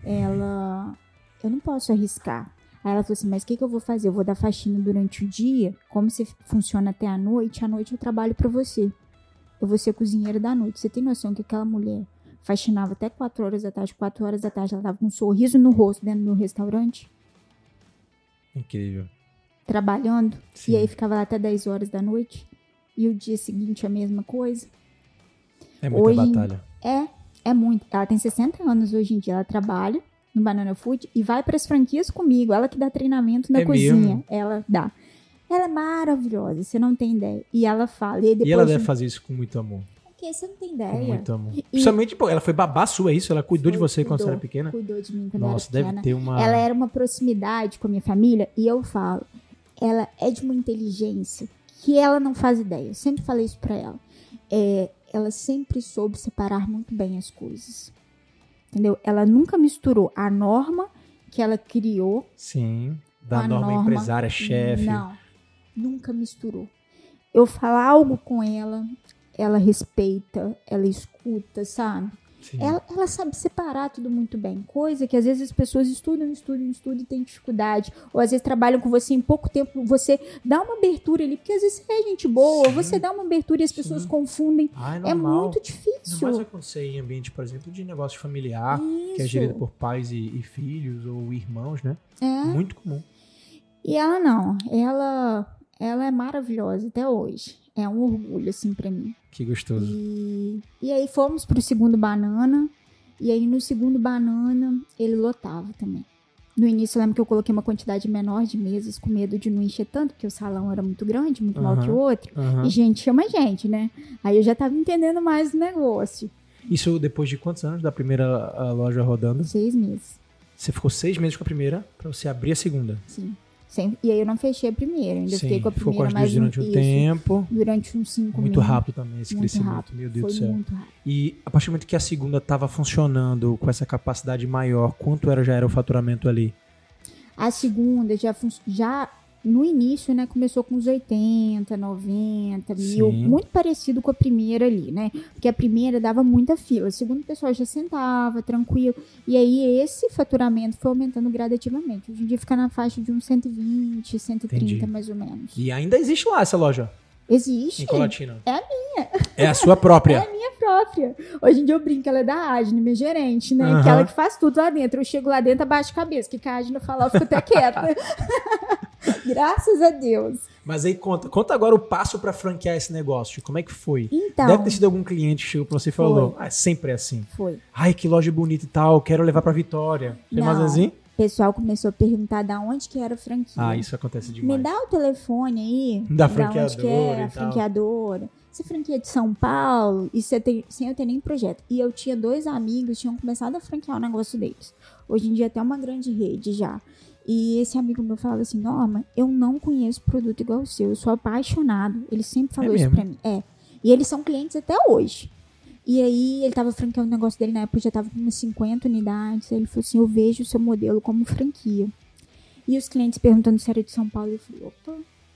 Eu não posso arriscar. Aí ela falou assim, mas o que eu vou fazer? Eu vou dar faxina durante o dia, como você funciona até à noite eu trabalho pra você. Eu vou ser cozinheira da noite. Você tem noção que aquela mulher faxinava até 4 horas da tarde, 4 horas da tarde, ela tava com um sorriso no rosto dentro do restaurante?
Incrível.
Trabalhando.
Sim.
E aí ficava lá até 10 horas da noite. E o dia seguinte a mesma coisa.
É muita batalha.
É muito. Ela tem 60 anos hoje em dia. Ela trabalha no Banana Food e vai para as franquias comigo. Ela que dá treinamento na cozinha. Mesmo? Ela dá. Ela é maravilhosa, você não tem ideia. E ela fala. E
ela deve fazer isso com muito amor.
Porque você não tem ideia.
Com muito amor. Principalmente, ela foi babá sua, é isso? Ela cuidou de você quando você era pequena?
Cuidou de mim quando
Nossa,
eu era pequena.
Deve ter uma...
Ela era uma proximidade com a minha família. E eu falo, ela é de uma inteligência que ela não faz ideia. Eu sempre falei isso pra ela. Ela sempre soube separar muito bem as coisas. Entendeu? Ela nunca misturou a norma que ela criou.
Sim, da norma empresária, chefe.
Não, nunca misturou. Eu falo algo com ela, ela respeita, ela escuta, sabe? Ela sabe separar tudo muito bem. Coisa que às vezes as pessoas estudam e têm dificuldade. Ou às vezes trabalham com você em pouco tempo. Você dá uma abertura ali, porque às vezes você é gente boa. Sim. Você dá uma abertura e as pessoas confundem. É muito difícil.
Não mais acontecer em ambiente, por exemplo, de negócio familiar, isso, que é gerido por pais e filhos ou irmãos, né? Muito comum.
E ela não. Ela é maravilhosa até hoje. É um orgulho, assim, pra mim.
Que gostoso.
E aí fomos pro segundo Banana. E aí no segundo Banana, ele lotava também. No início eu lembro que eu coloquei uma quantidade menor de mesas com medo de não encher tanto, porque o salão era muito grande, muito maior que o outro. E gente chama gente, né? Aí eu já tava entendendo mais do negócio.
Isso depois de quantos anos da primeira loja rodando?
6 meses.
Você ficou 6 meses com a primeira pra você abrir a segunda?
Sim. E aí eu não fechei a primeira, ainda fiquei com a primeira
ficou mais durante um tempo.
Durante uns 5 meses.
Muito rápido também esse crescimento, rápido. Meu Deus do céu.
Muito rápido.
E a partir do momento que a segunda estava funcionando com essa capacidade maior, quanto já era o faturamento ali?
A segunda já no início, né, começou com uns 80, 90 mil, muito parecido com a primeira ali, né? Porque a primeira dava muita fila, a segunda o pessoal já sentava, tranquilo. E aí esse faturamento foi aumentando gradativamente. Hoje em dia fica na faixa de uns 120, 130 Entendi. Mais ou menos.
E ainda existe lá essa loja?
Existe.
Em Colatina.
É a minha.
É a sua própria.
É a minha própria. Hoje em dia eu brinco, ela é da Adne, minha gerente, né? Que ela que faz tudo lá dentro. Eu chego lá dentro, abaixo a cabeça. Que a Adne fala, eu fico até quieta. Graças a Deus.
Mas aí conta agora o passo pra franquear esse negócio. Como é que foi?
Então,
deve ter sido algum cliente que chegou pra você e falou, sempre é assim.
Foi.
Ai, que loja bonita e tal, quero levar pra Vitória. Foi mais assim?
O pessoal começou a perguntar da onde que era a franquia.
Ah, isso acontece demais.
Me dá o telefone aí.
Da franqueadora.
Onde que é a franqueadora. Essa franquia é de São Paulo, e sem eu ter nem projeto. E eu tinha 2 amigos que tinham começado a franquear o negócio deles. Hoje em dia até uma grande rede já. E esse amigo meu falava assim, Norma, eu não conheço produto igual o seu, eu sou apaixonado. Ele sempre falou isso pra mim. E eles são clientes até hoje. E aí ele tava franqueando o negócio dele, na época já tava com umas 50 unidades. Aí ele falou assim, eu vejo o seu modelo como franquia. E os clientes perguntando se era de São Paulo, eu falei, opa,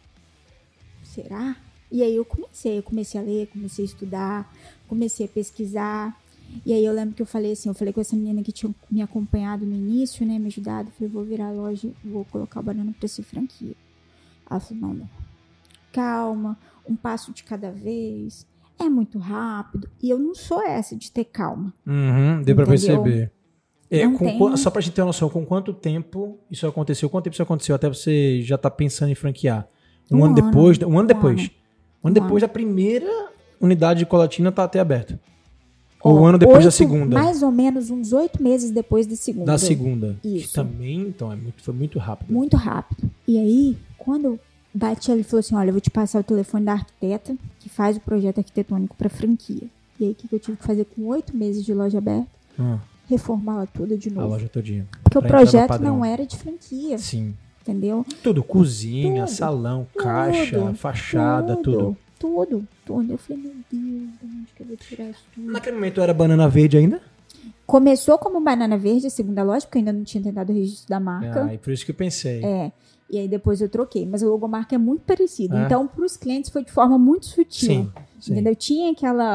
será? E aí eu comecei a ler, comecei a estudar, comecei a pesquisar. E aí eu lembro que eu falei com essa menina que tinha me acompanhado no início, né, me ajudado. Eu falei, vou virar a loja, vou colocar o Banana pra ser franquia. Ela falou, não, calma, um passo de cada vez, é muito rápido. E eu não sou essa de ter calma.
Deu pra perceber. Só pra gente ter uma noção, com quanto tempo isso aconteceu? Quanto tempo isso aconteceu até você já tá pensando em franquear? Um ano depois? Um ano depois da primeira unidade de Colatina tá até aberta. Ou um ano depois da segunda?
Mais ou menos uns 8 meses depois da segunda.
Da segunda.
Isso.
Que também, então, foi muito rápido.
Muito rápido. E aí, quando eu bati, ele falou assim, olha, eu vou te passar o telefone da arquiteta que faz o projeto arquitetônico para franquia. E aí, o que eu tive que fazer com 8 meses de loja aberta? Reformá-la toda de novo.
A loja todinha.
Porque o projeto não era de franquia.
Sim.
Entendeu?
Tudo, cozinha, salão, caixa, fachada, tudo.
Tudo. Eu falei, meu Deus, de onde que eu vou tirar isso tudo?
Naquele momento era Banana Verde ainda?
Começou como Banana Verde, a segunda loja, porque eu ainda não tinha tentado o registro da marca.
E por isso que eu pensei.
E aí depois eu troquei. Mas a logomarca é muito parecida. Então, para os clientes foi de forma muito sutil. Sim. Entendeu? Tinha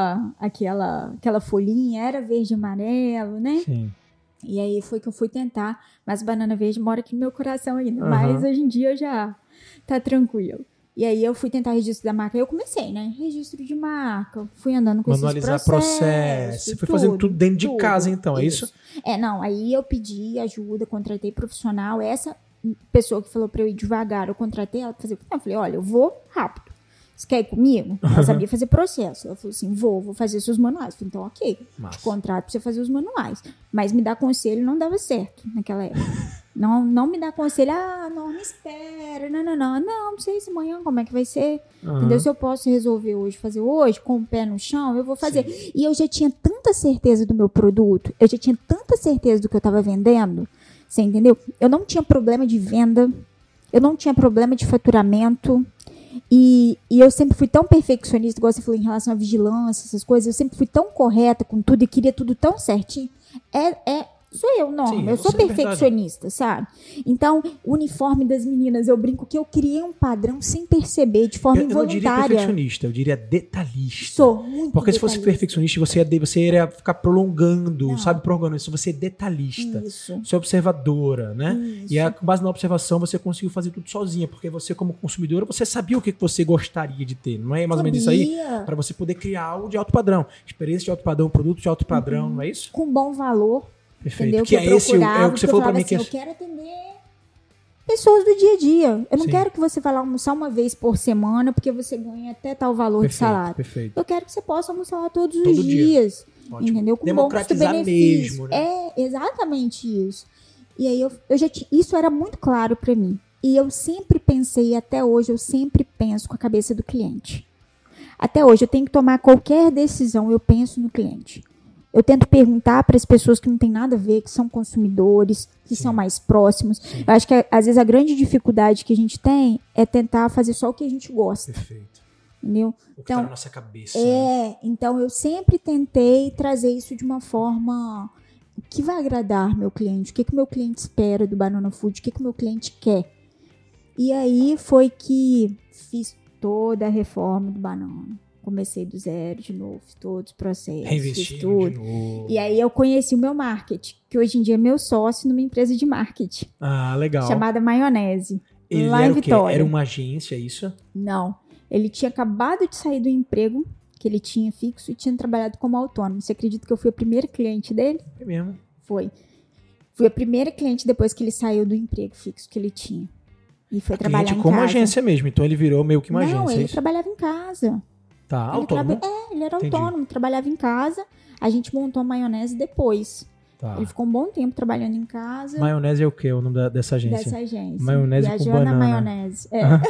aquela folhinha, era verde e amarelo, né?
Sim.
E aí foi que eu fui tentar. Mas Banana Verde mora aqui no meu coração ainda. Mas hoje em dia já tá tranquilo. E aí eu fui tentar registro da marca. Aí eu comecei, né? Registro de marca. Fui andando com
manualizar
esses processos.
Manualizar processo. Você foi fazendo tudo dentro de casa, então, é isso?
Não. Aí eu pedi ajuda, contratei profissional. Essa pessoa que falou pra eu ir devagar, eu contratei ela pra fazer. Eu falei, olha, eu vou rápido. Você quer ir comigo? Ela sabia fazer processo. Ela falou assim, vou fazer seus manuais. Eu falei, então, ok,
Massa.
te contrato pra você fazer os manuais. Mas me dar conselho não dava certo naquela época. Não me dá conselho, não, me espera, não sei se amanhã como é que vai ser. Entendeu? Se eu posso resolver hoje, fazer hoje, com o pé no chão, eu vou fazer. Sim. E eu já tinha tanta certeza do meu produto, eu já tinha tanta certeza do que eu estava vendendo, você entendeu? Eu não tinha problema de venda, eu não tinha problema de faturamento. E eu sempre fui tão perfeccionista, igual você falou em relação à vigilância, essas coisas, eu sempre fui tão correta com tudo e queria tudo tão certinho. Sou eu, Norma. Sim, eu sou perfeccionista, sabe? Então, o uniforme das meninas, eu brinco que eu criei um padrão sem perceber, de forma involuntária.
Eu não diria perfeccionista, eu diria detalhista.
Sou muito
Porque
detalhista.
Se fosse perfeccionista, você iria ficar prolongando, não. Sabe? Prolongando isso. Você é detalhista.
Isso.
Você é observadora, né?
Isso.
E com base na observação, você conseguiu fazer tudo sozinha. Porque você, como consumidora, você sabia o que você gostaria de ter. Não é mais ou menos isso aí? Para você poder criar algo de alto padrão. Experiência de alto padrão, produto de alto padrão, não é isso?
Com bom valor.
Perfeito.
Entendeu?
Que é esse o que você falou pra mim.
Assim, eu quero atender pessoas do dia a dia. Eu não quero que você vá lá almoçar uma vez por semana, porque você ganha até tal valor de salário.
Perfeito.
Eu quero que você possa almoçar lá todos os dias. Entendeu? Com
democratizar bom mesmo, né?
É exatamente isso. E aí isso era muito claro para mim. E eu sempre pensei, até hoje, eu sempre penso com a cabeça do cliente. Até hoje, eu tenho que tomar qualquer decisão, eu penso no cliente. Eu tento perguntar para as pessoas que não tem nada a ver, que são consumidores, que são mais próximos. Sim. Eu acho que, às vezes, a grande dificuldade que a gente tem é tentar fazer só o que a gente gosta.
Perfeito.
Entendeu?
O que tá na nossa cabeça.
Então eu sempre tentei trazer isso de uma forma que vai agradar meu cliente. O que o meu cliente espera do Banana Food, o que o meu cliente quer. E aí foi que fiz toda a reforma do Banana. Comecei do zero de novo, todos os processos, fiz tudo.
De novo.
E aí eu conheci o meu marketing, que hoje em dia é meu sócio numa empresa de marketing.
Ah, legal.
Chamada Maionese.
Ele
lá
era
em Vitória.
Era uma agência, isso?
Não. Ele tinha acabado de sair do emprego que ele tinha fixo e tinha trabalhado como autônomo. Você acredita que eu fui a primeira cliente dele?
É mesmo?
Foi. Fui a primeira cliente depois que ele saiu do emprego fixo que ele tinha. E foi trabalhar em casa.
Como agência mesmo, então ele virou meio que uma agência.
Não, ele trabalhava em casa.
Tá, autônomo?
Ele era autônomo, trabalhava em casa. A gente montou a Maionese depois. Tá. Ele ficou um bom tempo trabalhando em casa.
Maionese é o quê? O nome dessa agência?
Dessa agência.
Maionese
Viajando
com banana.
Maionese.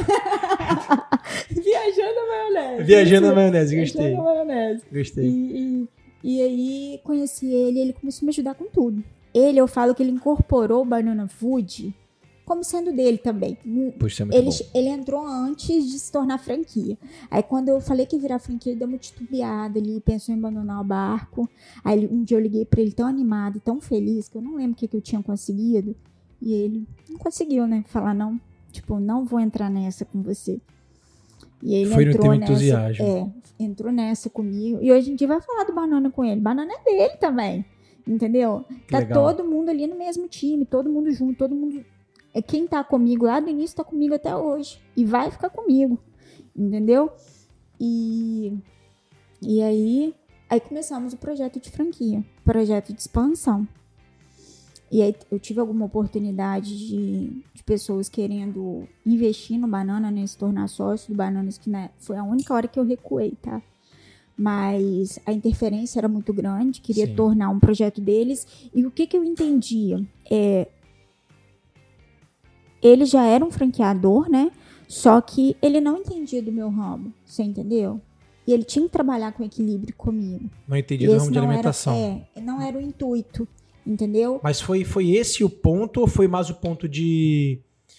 Viajando a Maionese.
Viajando a Maionese, gostei.
Viajando a Maionese.
Gostei.
E aí conheci ele começou a me ajudar com tudo. Eu falo que ele incorporou o Banana Food como sendo dele também.
Puxa, é muito bom.
Ele entrou antes de se tornar franquia. Aí quando eu falei que ia virar franquia, ele deu uma titubeada, ele pensou em abandonar o barco. Aí um dia eu liguei pra ele tão animado e tão feliz, que eu não lembro o que eu tinha conseguido. E ele não conseguiu, né? Falar não, não vou entrar nessa com você. E ele entrou nessa. Entrou nessa comigo. E hoje em dia vai falar do Banana com ele. Banana é dele também. Entendeu? Tá legal. Todo mundo ali no mesmo time, todo mundo junto, todo mundo. Quem tá comigo lá do início tá comigo até hoje. E vai ficar comigo. Entendeu? E aí começamos o projeto de franquia. Projeto de expansão. E aí eu tive alguma oportunidade de pessoas querendo investir no Banana, né? Se tornar sócio do Bananas, que foi a única hora que eu recuei, tá? Mas a interferência era muito grande. Queria tornar um projeto deles. E o que eu entendia? Ele já era um franqueador, né? Só que ele não entendia do meu ramo, você entendeu? E ele tinha que trabalhar com equilíbrio comigo.
Não entendia do ramo de alimentação.
Não era o intuito, entendeu?
Mas foi esse o ponto ou foi mais o ponto de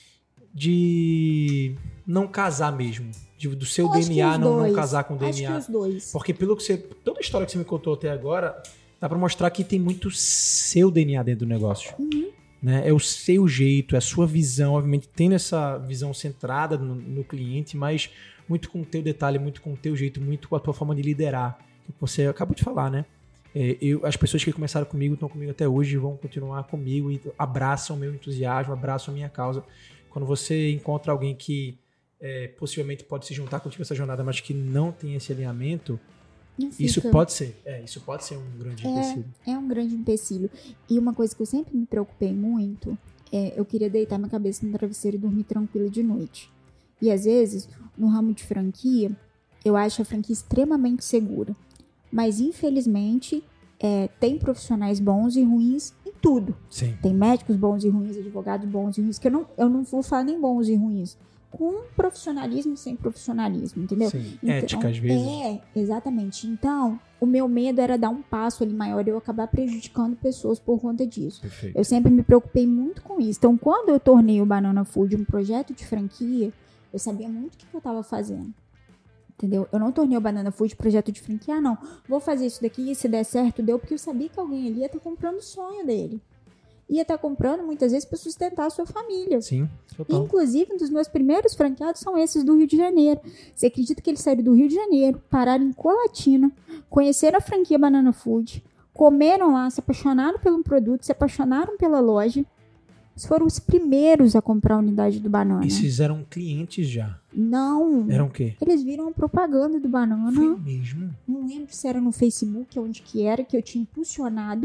não casar mesmo? Do seu DNA não casar com o DNA?
Acho que os dois.
Porque toda a história que você me contou até agora, dá pra mostrar que tem muito seu DNA dentro do negócio.
Uhum.
Né? É o seu jeito, é a sua visão, obviamente tendo essa visão centrada no cliente, mas muito com o teu detalhe, muito com o teu jeito, muito com a tua forma de liderar, que você acabou de falar, né? As pessoas que começaram comigo, estão comigo até hoje, vão continuar comigo e abraçam o meu entusiasmo, abraçam a minha causa. Quando você encontra alguém que possivelmente pode se juntar contigo nessa jornada, mas que não tem esse alinhamento, isso pode ser um grande empecilho.
É um grande empecilho. E uma coisa que eu sempre me preocupei muito eu queria deitar minha cabeça no travesseiro e dormir tranquila de noite. E às vezes, no ramo de franquia, eu acho a franquia extremamente segura. Mas, infelizmente, tem profissionais bons e ruins em tudo.
Sim.
Tem médicos bons e ruins, advogados bons e ruins, que eu não vou falar nem bons e ruins. Com profissionalismo e sem profissionalismo, entendeu?
Sim.
Então,
Ética, às vezes.
Exatamente. Então, o meu medo era dar um passo ali maior e eu acabar prejudicando pessoas por conta disso.
Perfeito.
Eu sempre me preocupei muito com isso. Então, quando eu tornei o Banana Food um projeto de franquia, eu sabia muito o que eu estava fazendo. Entendeu? Eu não tornei o Banana Food projeto de franquia, não. Vou fazer isso daqui, se der certo, deu, porque eu sabia que alguém ali ia estar comprando o sonho dele. Ia estar comprando, muitas vezes, para sustentar a sua família.
Sim, total.
Inclusive, um dos meus primeiros franqueados são esses do Rio de Janeiro. Você acredita que eles saíram do Rio de Janeiro, pararam em Colatina, conheceram a franquia Banana Food, comeram lá, se apaixonaram pelo produto, se apaixonaram pela loja. Eles foram os primeiros a comprar a unidade do Banana.
Esses eram clientes já?
Não.
Eram o quê?
Eles viram a propaganda do Banana.
Foi mesmo?
Não lembro se era no Facebook, onde que era, que eu tinha impulsionado.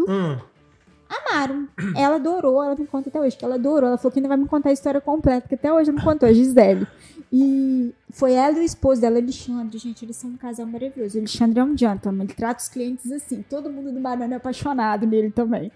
Amaram. Ela adorou, ela me conta até hoje que ela adorou. Ela falou que ainda vai me contar a história completa, que até hoje não contou, a Gisele. E foi ela e o esposo dela, Alexandre. Gente, eles são um casal maravilhoso. O Alexandre é um gentleman, ele trata os clientes assim. Todo mundo do Banana é apaixonado nele também.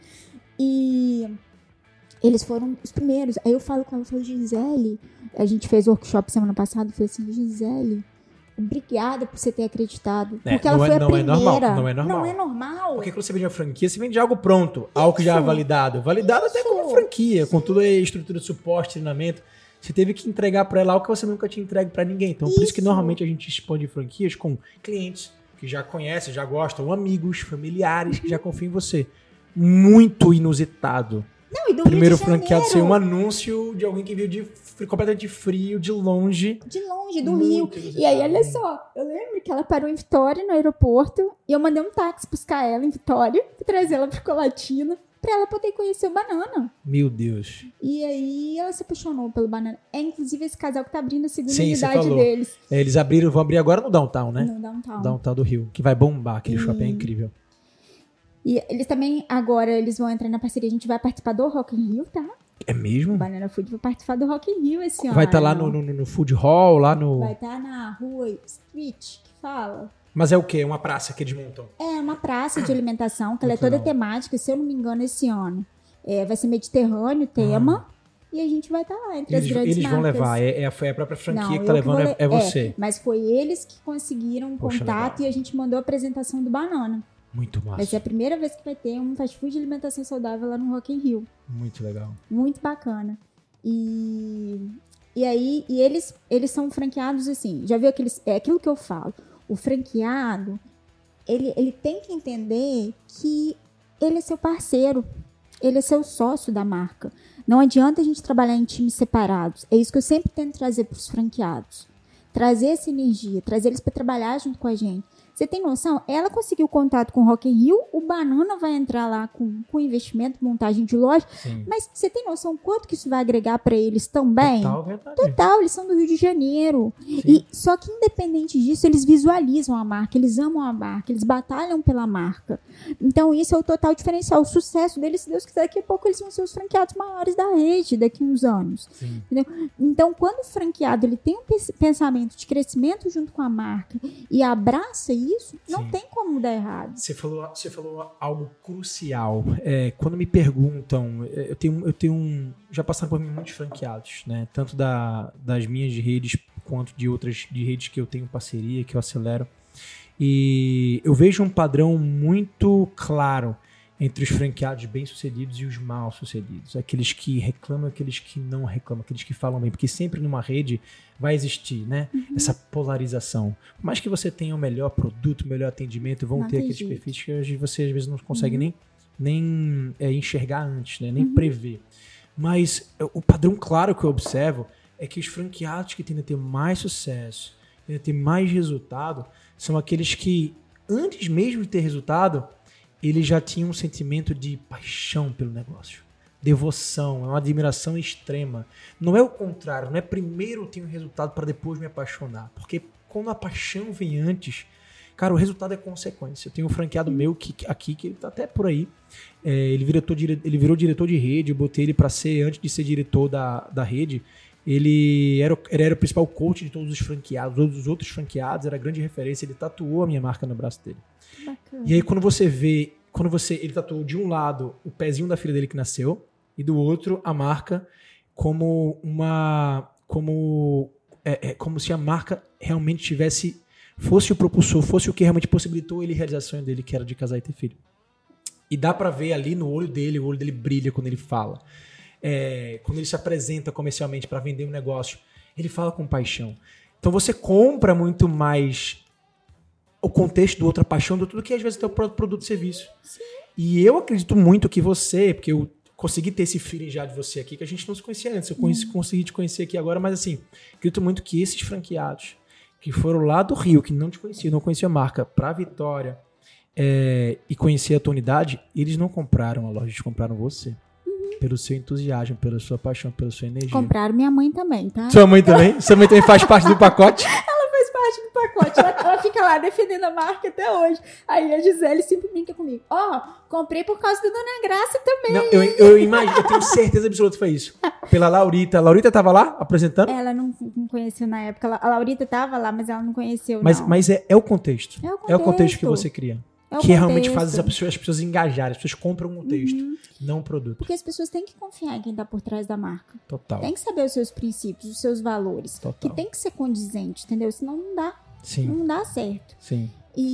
E eles foram os primeiros. Aí eu falo com ela, eu falo, Gisele, a gente fez workshop semana passada, eu falei assim, Gisele, obrigada por você ter acreditado. Porque ela foi a primeira.
Não é normal.
Não é normal.
Porque quando você vende uma franquia, você vende algo pronto, algo que já é validado. Validado até como franquia, com toda a estrutura de suporte, treinamento. Você teve que entregar para ela algo que você nunca tinha entregue para ninguém. Então, por isso que normalmente a gente expande franquias com clientes que já conhecem, já gostam, amigos, familiares que já confiam em você. Muito inusitado.
Não, e do
Primeiro
Rio de Janeiro.
franqueado ser um anúncio de alguém que veio completamente frio, de longe.
De longe, do Rio. E aí, olha só, eu lembro que ela parou em Vitória, no aeroporto, e eu mandei um táxi buscar ela em Vitória e trazer ela pra Colatina pra ela poder conhecer o Banana.
Meu Deus.
E aí, ela se apaixonou pelo Banana. É, inclusive, esse casal que tá abrindo a segunda
Sim,
unidade deles.
Eles vão abrir agora no Downtown, né?
No Downtown.
Downtown do Rio, que vai bombar, aquele shopping é incrível.
E eles também, agora, eles vão entrar na parceria. A gente vai participar do Rock in Rio, tá?
É mesmo?
O Banana Food vai participar do Rock in Rio esse ano.
Vai estar lá no Food Hall, lá no...
Vai estar na rua Street, que fala.
Mas é o quê? Uma praça que eles montam?
É uma praça de alimentação, que ela é toda temática, se eu não me engano, esse ano. Vai ser Mediterrâneo, tema. E a gente vai estar lá entre as grandes
eles
marcas.
vão levar, foi a própria franquia
Não,
que tá levando, é você.
Mas foi eles que conseguiram um contato legal. E a gente mandou a apresentação do Banana.
Muito massa.
Vai ser a primeira vez que vai ter um fast food de alimentação saudável lá no Rock in Rio.
Muito legal.
Muito bacana. E aí, eles são franqueados assim, já viu aquilo que eu falo, o franqueado, ele tem que entender que ele é seu parceiro, ele é seu sócio da marca. Não adianta a gente trabalhar em times separados. É isso que eu sempre tento trazer para os franqueados. Trazer essa energia, trazer eles para trabalhar junto com a gente. Você tem noção? Ela conseguiu contato com o Rock in Rio, o Banana vai entrar lá com investimento, montagem de loja. Sim. Mas você tem noção quanto que isso vai agregar para eles também?
Total, verdade.
Total, eles são do Rio de Janeiro. E só que independente disso, eles visualizam a marca, eles amam a marca, eles batalham pela marca. Então isso é o total diferencial. O sucesso deles, se Deus quiser, daqui a pouco eles vão ser os franqueados maiores da rede daqui a uns anos. Entendeu? Então quando o franqueado ele tem um pensamento de crescimento junto com a marca e abraça isso, não tem como dar errado.
Você falou algo crucial. Quando me perguntam, eu tenho já passaram por mim muitos franqueados, né? Tanto das minhas redes quanto de outras de redes que eu tenho parceria, que eu acelero. E eu vejo um padrão muito claro entre os franqueados bem-sucedidos e os mal-sucedidos. Aqueles que reclamam, aqueles que não reclamam, aqueles que falam bem. Porque sempre numa rede vai existir, né? Essa polarização. Por mais que você tenha o melhor produto, o melhor atendimento, vão ter aqueles perfis que você às vezes não consegue nem enxergar antes, né? Nem prever. Mas o padrão claro que eu observo é que os franqueados que tendem a ter mais sucesso, tendem a ter mais resultado, são aqueles que, antes mesmo de ter resultado, ele já tinha um sentimento de paixão pelo negócio, devoção, é uma admiração extrema. Não é o contrário, não é primeiro eu tenho resultado para depois me apaixonar, porque quando a paixão vem antes, cara, o resultado é consequência. Eu tenho um franqueado meu que ele tá até por aí, ele virou diretor de rede, eu botei ele para ser, antes de ser diretor da rede, Ele era o principal coach de todos os franqueados, todos os outros franqueados, era a grande referência, ele tatuou a minha marca no braço dele.
Bacana.
E aí ele tatuou de um lado o pezinho da filha dele que nasceu, e do outro a marca como se a marca realmente fosse o propulsor, fosse o que realmente possibilitou ele realizar o sonho dele, que era de casar e ter filho. E dá pra ver ali no olho dele brilha quando ele fala. Quando ele se apresenta comercialmente para vender um negócio, ele fala com paixão. Então você compra muito mais o contexto do outro, a paixão do outro, do que às vezes até o próprio produto e serviço.
Sim.
E eu acredito muito que você, porque eu consegui ter esse feeling já de você aqui, que a gente não se conhecia antes, eu consegui te conhecer aqui agora, mas assim, acredito muito que esses franqueados que foram lá do Rio, que não te conheciam, não conheciam a marca, pra Vitória, e conhecer a tua unidade, eles não compraram a loja, eles compraram você. Pelo seu entusiasmo, pela sua paixão, pela sua energia.
Compraram minha mãe também, tá?
Sua mãe também? Sua mãe também faz parte do pacote?
Ela faz parte do pacote. Ela fica lá defendendo a marca até hoje. Aí a Gisele sempre brinca comigo. Comprei por causa da Dona Graça também.
Não, eu imagino, eu tenho certeza absoluta que foi isso. Pela Laurita. A Laurita tava lá apresentando?
Ela não conheceu na época. A Laurita tava lá, mas ela não conheceu,
mas,
não.
Mas é o contexto. É o contexto que você cria. Que realmente faz as pessoas engajarem. As pessoas compram um texto, não um produto.
Porque as pessoas têm que confiar em quem tá por trás da marca.
Total.
Tem que saber os seus princípios, os seus valores.
Total.
Que tem que ser condizente, entendeu? Senão não dá.
Sim.
Não dá certo.
Sim.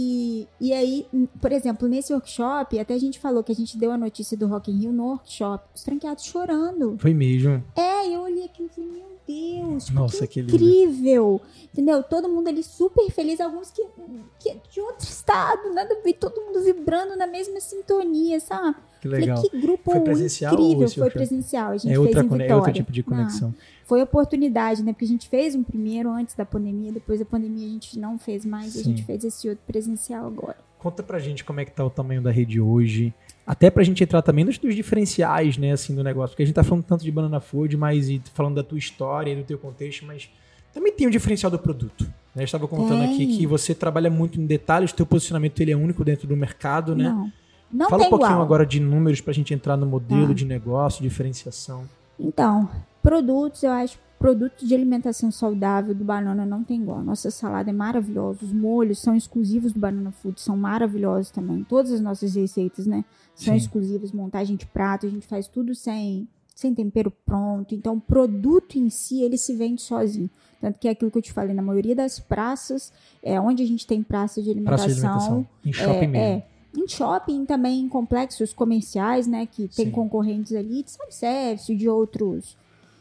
E aí, por exemplo, nesse workshop, até a gente falou que a gente deu a notícia do Rock in Rio no workshop, os franqueados chorando.
Foi mesmo.
Eu olhei aquilo e falei, meu Deus, tipo,
nossa, que
incrível. Entendeu? Todo mundo ali super feliz, alguns que de outro estado, nada a ver, todo mundo vibrando na mesma sintonia, sabe?
Que legal.
Falei, que grupo
foi presencial
incrível. Foi presencial, a gente fez em Vitória.
É outro tipo de conexão.
Foi oportunidade, né? Porque a gente fez um primeiro antes da pandemia, depois da pandemia a gente não fez mais, a gente fez esse outro presencial agora.
Conta pra gente como é que tá o tamanho da rede hoje, até pra gente entrar também nos diferenciais, né, assim, do negócio, porque a gente tá falando tanto de Banana Food, mas e falando da tua história e do teu contexto, mas também tem o diferencial do produto, né? Eu estava contando aqui que você trabalha muito em detalhes, o teu posicionamento ele é único dentro do mercado, né?
Não
Fala
tem
um pouquinho
igual.
Agora de números pra gente entrar no modelo de negócio, diferenciação.
Então, produtos, eu acho, produto de alimentação saudável do Banana não tem igual. Nossa salada é maravilhosa, os molhos são exclusivos do Banana Food, são maravilhosos também. Todas as nossas receitas, né, são exclusivas, montagem de prato, a gente faz tudo sem tempero pronto. Então, o produto em si, ele se vende sozinho. Tanto que é aquilo que eu te falei, na maioria das praças, onde a gente tem praça de alimentação.
Em shopping mesmo.
Em shopping, também em complexos comerciais, né, que tem concorrentes ali, de self-service, de outros.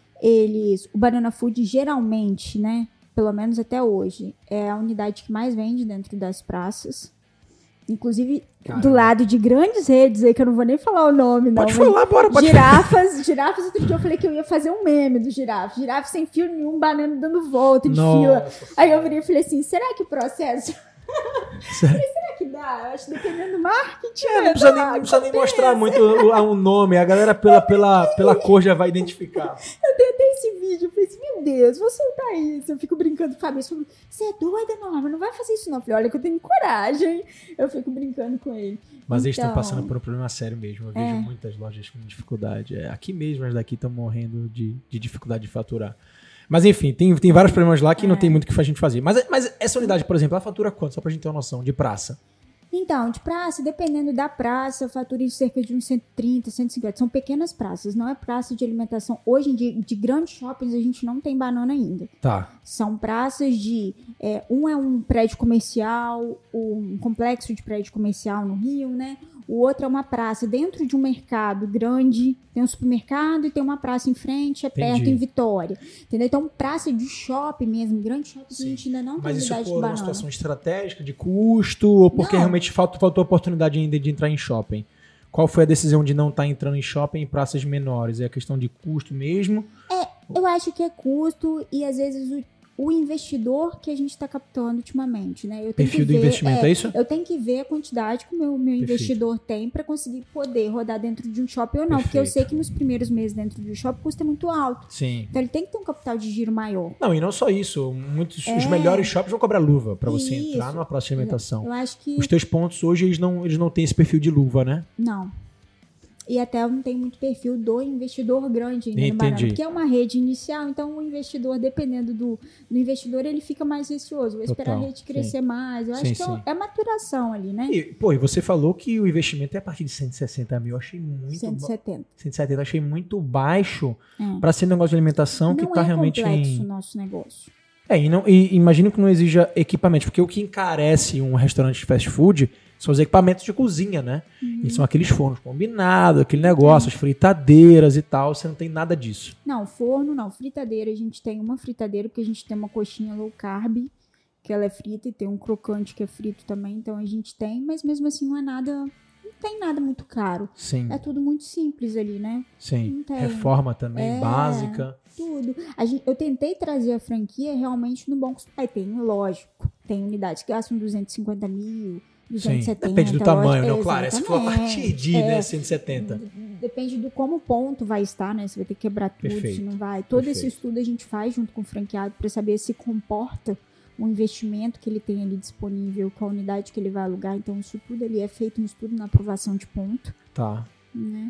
O Banana Food geralmente, né, pelo menos até hoje, é a unidade que mais vende dentro das praças. Inclusive, do lado de grandes redes aí, que eu não vou nem falar o nome, não.
Pode falar, bora, pode
Girafas, outro dia eu falei que eu ia fazer um meme do girafas sem fio nenhum, banana dando volta de fila. Aí eu virei e falei assim, será que o processo... Será que dá? Eu acho que dependendo do marketing.
Não precisa nem mostrar muito o nome. A galera pela cor já vai identificar.
Eu tenho até esse vídeo. Eu falei assim, meu Deus, vou soltar isso. Eu fico brincando com o Fabrício. Falei, você é doida, Norma? Não vai fazer isso não. Eu falei, olha que eu tenho coragem. Eu fico brincando com ele.
Mas eles estão passando por um problema sério mesmo. Eu vejo muitas lojas com dificuldade. Aqui mesmo, as daqui estão morrendo de dificuldade de faturar. Mas enfim, tem vários problemas lá que não tem muito o que a gente fazer. Mas essa unidade, por exemplo, ela fatura quanto? Só pra gente ter uma noção, de praça.
Então, de praça, dependendo da praça, fatura em cerca de uns 130, 150. São pequenas praças, não é praça de alimentação. Hoje, de grandes shoppings, a gente não tem banana ainda.
Tá.
São praças de... um é um prédio comercial, um complexo de prédio comercial no Rio, né? O outro é uma praça dentro de um mercado grande, tem um supermercado e tem uma praça em frente, perto em Vitória. Entendeu? Então, praça de shopping mesmo, grande shopping, a gente ainda não tem unidade de banana.
Mas isso por uma situação estratégica, de custo, ou porque realmente faltou oportunidade ainda de entrar em shopping? Qual foi a decisão de não estar entrando em shopping em praças menores? É a questão de custo mesmo?
Eu acho que é custo e às vezes o investidor que a gente está captando ultimamente, né?
Perfil do investimento, é isso?
Eu tenho que ver a quantidade que o meu investidor tem para conseguir poder rodar dentro de um shopping ou não. Porque eu sei que nos primeiros meses dentro de um shopping custa muito alto.
Sim.
Então ele tem que ter um capital de giro maior.
Não, e não só isso. Os melhores shoppings vão cobrar luva para você entrar numa praça de alimentação.
Eu acho que...
Os teus pontos hoje, eles não têm esse perfil de luva, né?
Não. E até não tem muito perfil do investidor grande ainda no banana, porque é uma rede inicial, então o investidor, dependendo do investidor, ele fica mais receoso, vai esperar a rede crescer mais. Eu acho que é maturação ali, né?
E você falou que o investimento é a partir de 160 mil, eu achei muito... 170, achei muito baixo para ser um negócio de alimentação que está realmente...
Não é complexo o nosso negócio.
E imagino que não exija equipamentos, porque o que encarece um restaurante de fast food são os equipamentos de cozinha, né? E são aqueles fornos combinados, aquele negócio, as fritadeiras e tal, você não tem nada disso.
Não, forno não, fritadeira, a gente tem uma fritadeira, porque a gente tem uma coxinha low carb, que ela é frita, e tem um crocante que é frito também, então a gente tem, mas mesmo assim não tem nada muito caro.
Sim.
É tudo muito simples ali, né?
Sim, reforma também, básica.
Tudo. Eu tentei trazer a franquia realmente no bom custo. Aí lógico, tem unidades que gastam 250 mil, 270.
Sim, depende do tamanho,
né?
Claro, essa foi a partir de 170.
Depende do como o ponto vai estar, né? Se vai ter que quebrar tudo, se não vai. Todo esse estudo a gente faz junto com o franqueado para saber se comporta o investimento que ele tem ali disponível com a unidade que ele vai alugar. Então, isso tudo ali é feito um estudo na aprovação de ponto.
Tá.
Né?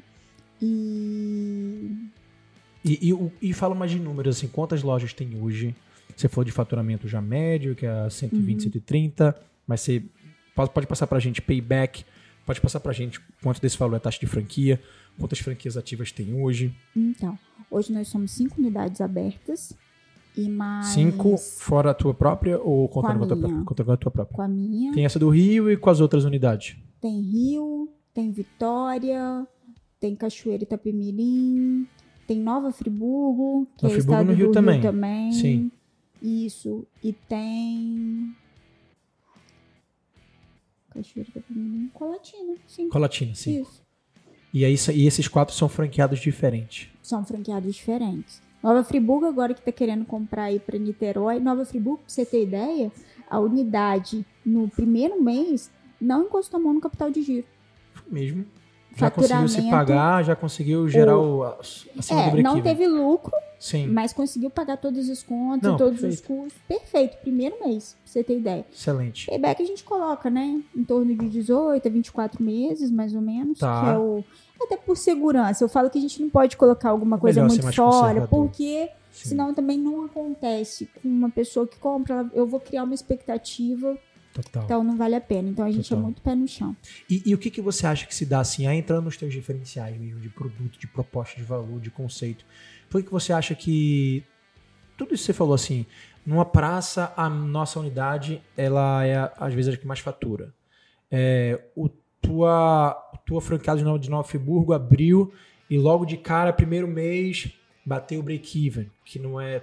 E fala mais de números, assim, quantas lojas tem hoje? Você falou de faturamento já médio, que é 120, 130, mas você pode passar pra gente payback, pode passar pra gente quanto desse valor é taxa de franquia, quantas franquias ativas tem hoje?
Então, hoje nós somos 5 unidades abertas e mais...
5 fora a tua própria ou contando com a tua própria?
Com a minha.
Tem essa do Rio e com as outras unidades?
Tem Rio, tem Vitória, tem Cachoeira e Itapemirim, tem Nova Friburgo, que é estado do Rio também.
Sim.
Isso. E tem... Cachoeira e Itapemirim, Colatina, sim.
Colatina, sim.
Isso.
E esses 4 são franqueados diferentes?
São franqueados diferentes. Nova Friburgo, agora que tá querendo comprar aí para Niterói. Nova Friburgo, pra você ter ideia, a unidade no primeiro mês não encostou a mão no capital de giro.
Mesmo. Já conseguiu se pagar, já conseguiu gerar acima do break-even.
Não teve lucro,
sim,
mas conseguiu pagar todas as contas, todos os custos. Perfeito, primeiro mês, pra você ter ideia.
Excelente.
Payback a gente coloca, né, em torno de 18 a 24 meses, mais ou menos,
tá.
Que é até por segurança. Eu falo que a gente não pode colocar alguma coisa muito fora, porque senão também não acontece com uma pessoa que compra, eu vou criar uma expectativa.
Total.
Então não vale a pena. Então a gente é muito pé no chão.
E o que você acha que se dá assim, entrando nos teus diferenciais mesmo, de produto, de proposta de valor, de conceito? Por que você acha que tudo isso que você falou assim, numa praça, a nossa unidade, ela é às vezes a que mais fatura? Tua franqueada de Nova Friburgo abriu e logo de cara, primeiro mês, bateu o break-even, que não é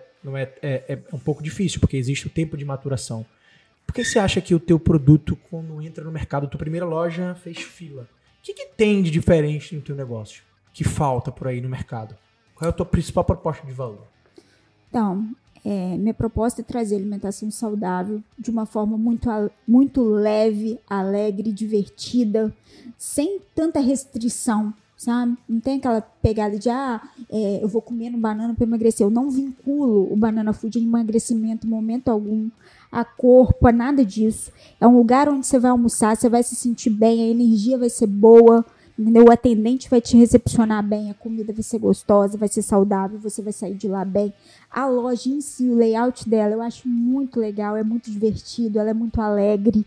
um pouco difícil, porque existe o tempo de maturação. Por que você acha que o teu produto, quando entra no mercado, tua primeira loja fez fila? O que tem de diferente no teu negócio que falta por aí no mercado? Qual é a tua principal proposta de valor?
Então, minha proposta é trazer alimentação saudável de uma forma muito leve, alegre, divertida, sem tanta restrição, sabe? Não tem aquela pegada de, eu vou comer no banana para emagrecer. Eu não vinculo o Banana Food em emagrecimento em momento algum, a corpo, a nada disso. É um lugar onde você vai almoçar, você vai se sentir bem, a energia vai ser boa, entendeu? O atendente vai te recepcionar bem, a comida vai ser gostosa, vai ser saudável, você vai sair de lá bem. A loja em si, o layout dela, eu acho muito legal, é muito divertido, ela é muito alegre.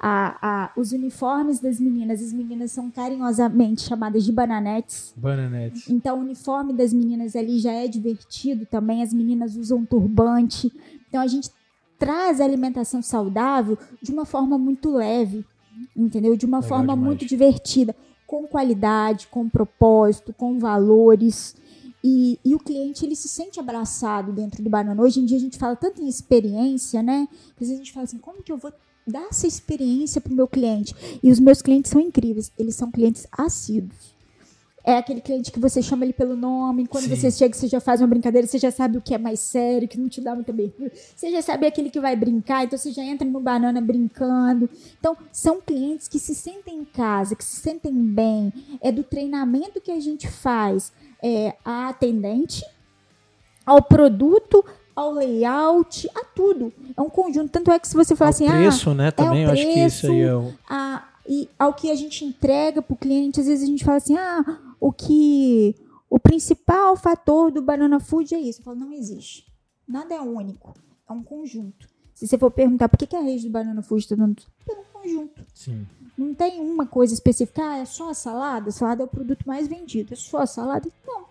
Os uniformes das meninas, as meninas são carinhosamente chamadas de bananetes.
Bananetes.
Então, o uniforme das meninas ali já é divertido também, as meninas usam turbante. Então, a gente traz a alimentação saudável de uma forma muito leve, entendeu? De uma forma muito divertida, com qualidade, com propósito, com valores. E o cliente, ele se sente abraçado dentro do Banana. Hoje em dia a gente fala tanto em experiência, né? Às vezes a gente fala assim, como que eu vou dar essa experiência para o meu cliente? E os meus clientes são incríveis, eles são clientes assíduos. É aquele cliente que você chama ele pelo nome, quando você chega, você já faz uma brincadeira, você já sabe o que é mais sério, que não te dá muita abertura. Você já sabe aquele que vai brincar, então você já entra no Banana brincando. Então, são clientes que se sentem em casa, que se sentem bem. É do treinamento que a gente faz a atendente, ao produto, ao layout, a tudo. É um conjunto. Tanto é que se você falar assim...
O preço, né? Também eu acho que isso aí é o...
e ao que a gente entrega para o cliente, às vezes a gente fala assim, o principal fator do Banana Food é isso. Eu falo, não existe. Nada é único. É um conjunto. Se você for perguntar por que a rede do Banana Food está dando... É um conjunto.
Sim.
Não tem uma coisa específica. É só a salada? A salada é o produto mais vendido. É só a salada? Não.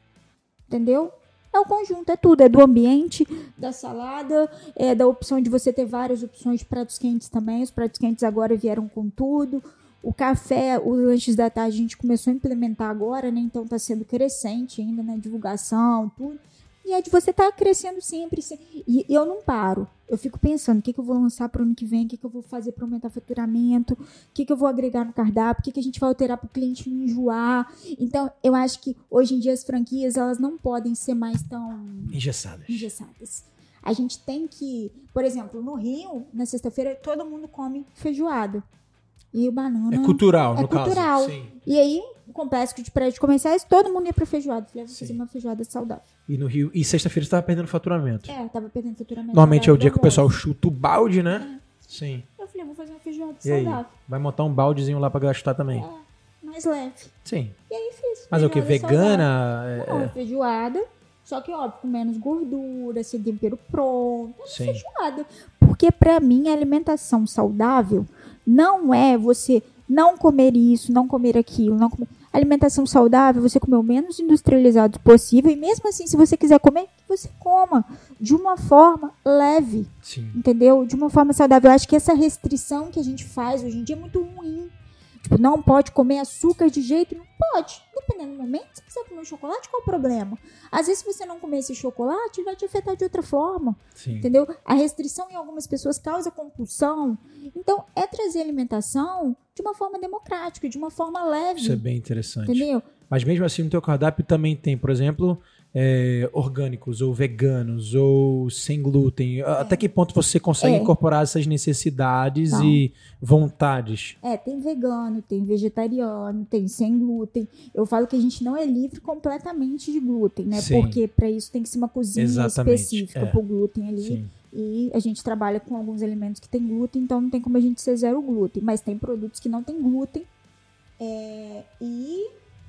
Entendeu? É o conjunto, é tudo. É do ambiente, da salada, é da opção de você ter várias opções de pratos quentes também. Os pratos quentes agora vieram com tudo. O café, os lanches da tarde, a gente começou a implementar agora, né? Então está sendo crescente ainda na divulgação, tudo. E é de você estar crescendo sempre. E eu não paro. Eu fico pensando o que eu vou lançar para o ano que vem, o que eu vou fazer para aumentar o faturamento, o que eu vou agregar no cardápio, o que a gente vai alterar para o cliente não enjoar. Então, eu acho que hoje em dia as franquias elas não podem ser mais tão engessadas. A gente tem que... Por exemplo, no Rio, na sexta-feira, todo mundo come feijoada. E o banana...
É cultural, no
cultural.
caso. Sim.
E aí, um complexo de prédios comerciais, todo mundo ia pra feijoada. Falei, vou fazer uma feijoada saudável.
E no Rio... E sexta-feira você tava perdendo faturamento.
Tava perdendo faturamento.
Normalmente é o dia que o pessoal chuta o balde, né?
Sim. Eu falei, vou fazer uma feijoada
e
saudável.
Aí? Vai montar um baldezinho lá pra gastar também.
Mais leve.
Sim.
E aí fiz.
Mas é o que? Vegana?
Não, feijoada. Só que, óbvio, com menos gordura, sem tempero pronto. Feijoada. Porque pra mim, a alimentação saudável não é você não comer isso, não comer aquilo, não comer... Alimentação saudável, você comer o menos industrializado possível e mesmo assim, se você quiser comer, você coma de uma forma leve, entendeu? De uma forma saudável. Eu acho que essa restrição que a gente faz hoje em dia é muito ruim. Tipo, não pode comer açúcar de jeito nenhum. Pode, dependendo do momento. Se quiser comer chocolate, qual é o problema? Às vezes, se você não comer esse chocolate, vai te afetar de outra forma. Entendeu? A restrição em algumas pessoas causa compulsão. Então, é trazer alimentação de uma forma democrática, de uma forma leve.
Isso é bem interessante.
Entendeu?
Mas mesmo assim, no teu cardápio também tem, por exemplo, orgânicos, ou veganos, ou sem glúten. Até que ponto você consegue incorporar essas necessidades e vontades?
Tem vegano, tem vegetariano, tem sem glúten. Eu falo que a gente não é livre completamente de glúten, né?
Sim.
Porque para isso tem que ser uma cozinha específica pro glúten ali.
Sim.
E a gente trabalha com alguns alimentos que tem glúten, então não tem como a gente ser zero glúten. Mas tem produtos que não tem glúten. E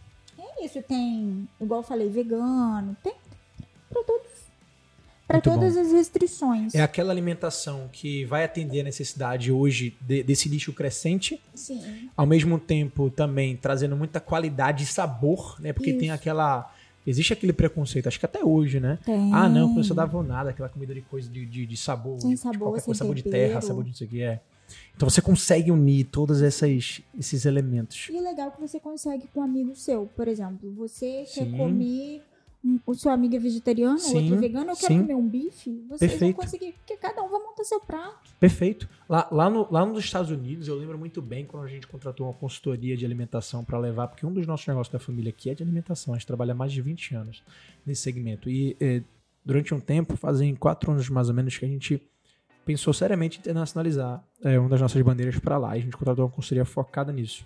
é isso, tem, igual eu falei, vegano, tem para todos. Para todas as restrições.
É aquela alimentação que vai atender a necessidade hoje desse nicho crescente.
Sim.
Ao mesmo tempo também trazendo muita qualidade e sabor, né? Porque tem existe aquele preconceito, acho que até hoje, né?
Tem.
Não, não precisa dar nada, aquela comida de coisa de sabor,
sem
de
sabor,
qualquer
sem
coisa, sabor de
tempero.
terra, sabor de não sei o que é. Então você consegue unir todos esses elementos.
E é legal que você consegue com um amigo seu, por exemplo. Você quer comer, o seu amigo é vegetariano, o outro é vegano, eu quero comer um bife. Vocês vão conseguir, porque cada um vai montar seu prato.
Perfeito. Lá nos Estados Unidos, eu lembro muito bem quando a gente contratou uma consultoria de alimentação para levar, porque um dos nossos negócios da família aqui é de alimentação. A gente trabalha há mais de 20 anos nesse segmento. E durante um tempo, fazem 4 anos mais ou menos, que a gente pensou seriamente em internacionalizar uma das nossas bandeiras para lá. E a gente contratou uma consultoria focada nisso.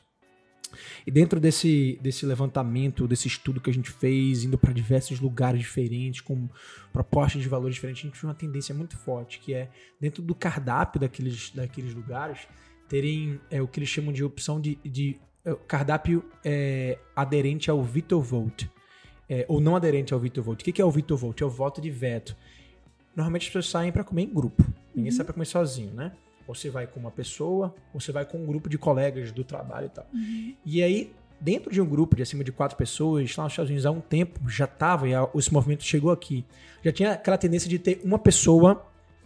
E dentro desse levantamento, desse estudo que a gente fez, indo para diversos lugares diferentes, com propostas de valores diferentes, a gente viu uma tendência muito forte, que é dentro do cardápio daqueles lugares, terem o que eles chamam de opção de cardápio aderente ao veto vote, ou não aderente ao veto vote. O que é o veto vote? É o voto de veto. Normalmente as pessoas saem para comer em grupo. Ninguém sai para comer sozinho, né? Ou você vai com uma pessoa, ou você vai com um grupo de colegas do trabalho e tal. E aí, dentro de um grupo de acima de 4 pessoas, lá nos Estados Unidos há um tempo, já estava, e esse movimento chegou aqui, já tinha aquela tendência de ter uma pessoa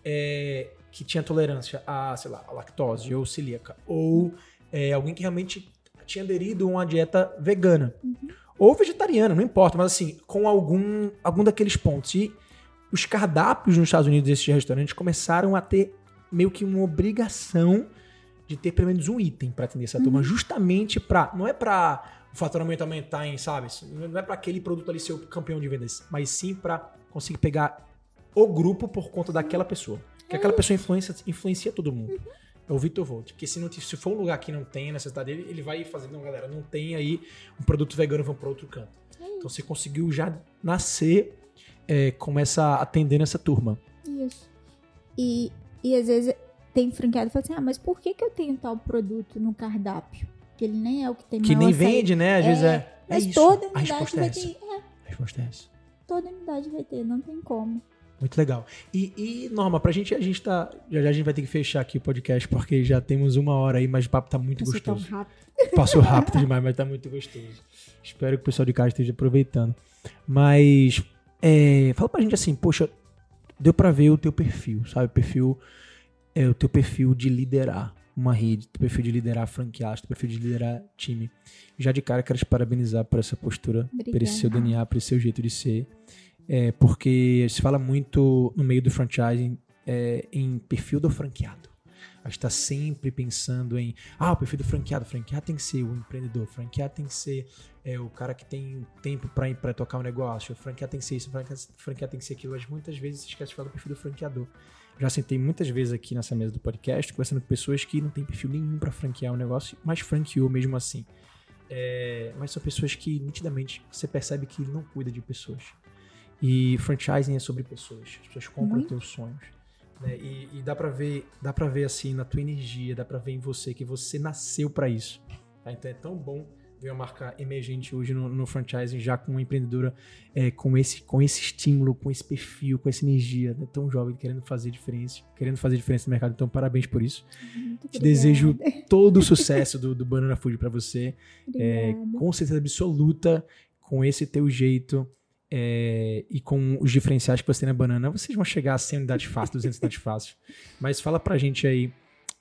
que tinha tolerância a, sei lá, a lactose, ou celíaca, ou alguém que realmente tinha aderido a uma dieta vegana. Ou vegetariana, não importa, mas assim, com algum daqueles pontos. E os cardápios nos Estados Unidos desses restaurantes começaram a ter meio que uma obrigação de ter pelo menos um item para atender essa turma, justamente não é para o faturamento aumentar sabe? Não é para aquele produto ali ser o campeão de vendas, mas sim para conseguir pegar o grupo por conta daquela pessoa. Que aquela pessoa influencia todo mundo. É o veto vote. Porque se for um lugar que não tem a necessidade dele, ele vai fazer, não, galera, não tem aí um produto vegano, vamos para outro canto. Então você conseguiu já nascer atendendo essa turma.
Isso. E às vezes tem franqueado que fala assim, mas por que eu tenho tal produto no cardápio? Que ele nem é o que tem
Que
maior
nem
saída.
vende, né? Às vezes é
Mas
isso.
toda
A
unidade
resposta é
vai
essa.
ter.
A resposta é essa.
Toda unidade vai ter, não tem como.
Muito legal. E Norma, pra gente, a gente vai ter que fechar aqui o podcast, porque já temos 1 hora aí, mas o papo tá muito
Passou tão
gostoso.
rápido.
Passou rápido demais, mas tá muito gostoso. Espero que o pessoal de casa esteja aproveitando. Mas, fala pra gente assim, poxa, deu pra ver o teu perfil, sabe? O teu perfil de liderar uma rede, o teu perfil de liderar franqueados, o teu perfil de liderar time. Já de cara, quero te parabenizar por essa postura,
Obrigada.
por esse seu DNA, por esse seu jeito de ser. Porque se fala muito no meio do franchising em perfil do franqueado. A gente está sempre pensando em o perfil do franqueado. Franqueado tem que ser o empreendedor. Franqueado tem que ser o cara que tem tempo para tocar um negócio. Franqueado tem que ser isso. Franqueado tem que ser aquilo. Mas muitas vezes se esquece de falar do perfil do franqueador. Já sentei muitas vezes aqui nessa mesa do podcast conversando com pessoas que não têm perfil nenhum para franquear um negócio, mas franqueou mesmo assim. Mas são pessoas que nitidamente você percebe que não cuida de pessoas. E franchising é sobre pessoas. As pessoas compram os teus sonhos. Né? E dá pra ver assim na tua energia, dá pra ver em você que você nasceu pra isso. Tá? Então é tão bom ver uma marca emergente hoje no franchising, já com uma empreendedora com esse estímulo, com esse perfil, com essa energia, né? Tão jovem, querendo fazer diferença no mercado. Então parabéns por isso.
Muito
Te
obrigada.
desejo todo o sucesso do Banana Food pra você.
Obrigada.
Com certeza absoluta, com esse teu jeito. E com os diferenciais que você tem na banana, vocês vão chegar a 100 unidades fácil, 200 unidades fácil. Mas fala pra gente aí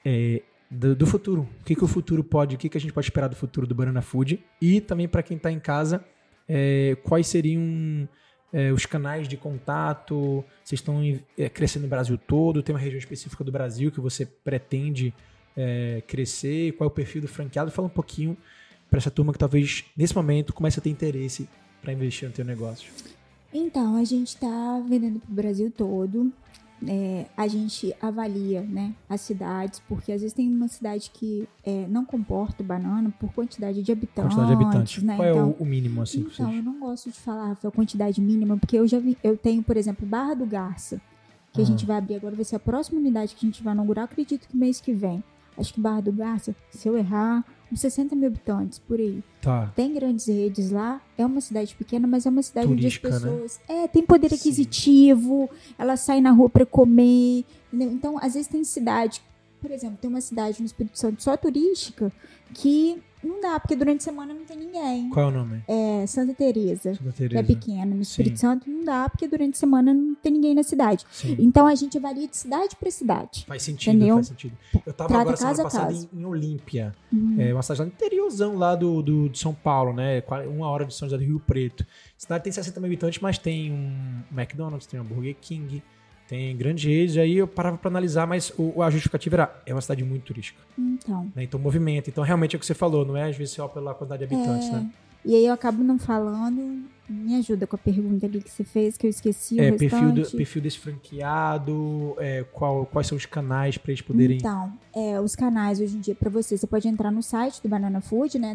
do futuro. O que o futuro pode, o que a gente pode esperar do futuro do Banana Food? E também pra quem tá em casa, quais seriam os canais de contato? Vocês estão crescendo no Brasil todo? Tem uma região específica do Brasil que você pretende crescer? Qual é o perfil do franqueado? Fala um pouquinho pra essa turma que talvez nesse momento comece a ter interesse para investir no teu negócio.
Então, a gente está vendendo para o Brasil todo. A gente avalia, né, as cidades, porque às vezes tem uma cidade que não comporta o banana por quantidade de habitantes. Né?
Qual é o mínimo assim?
Então, eu não gosto de falar a quantidade mínima, porque eu tenho, por exemplo, Barra do Garça, que a gente vai abrir agora, vai ser a próxima unidade que a gente vai inaugurar, acredito que mês que vem. Acho que Barra do Garça, se eu errar, uns 60 mil habitantes, por aí.
Tá.
Tem grandes redes lá, é uma cidade pequena, mas é uma cidade
turística,
onde as pessoas...
Né?
Tem poder aquisitivo, elas saem na rua para comer, entendeu? Então, às vezes tem cidade, por exemplo, tem uma cidade no Espírito Santo só turística, que não dá, porque durante a semana não tem ninguém.
Qual é o nome?
Santa Teresa. Que é pequena. No Espírito Santo não dá, porque durante a semana não tem ninguém na cidade.
Sim.
Então, a gente varia de cidade para cidade.
Faz sentido,
entendeu?
faz sentido. Eu tava agora semana passada em Olímpia, uma cidade lá no interiorzão lá de São Paulo, né? 1 hora de São José do Rio Preto. A cidade tem 60 mil habitantes, mas tem um McDonald's, tem um Burger King, tem grandes redes. Aí eu parava pra analisar, mas a justificativa era, uma cidade muito turística.
Então.
Né? Então, movimento. Então, realmente é o que você falou, não é às vezes só pela quantidade de habitantes, né?
E aí eu acabo não falando. Me ajuda com a pergunta ali que você fez, que eu esqueci o restante.
Perfil desse franqueado, quais são os canais para eles poderem...
Então, os canais hoje em dia para você pode entrar no site do Banana Food, né?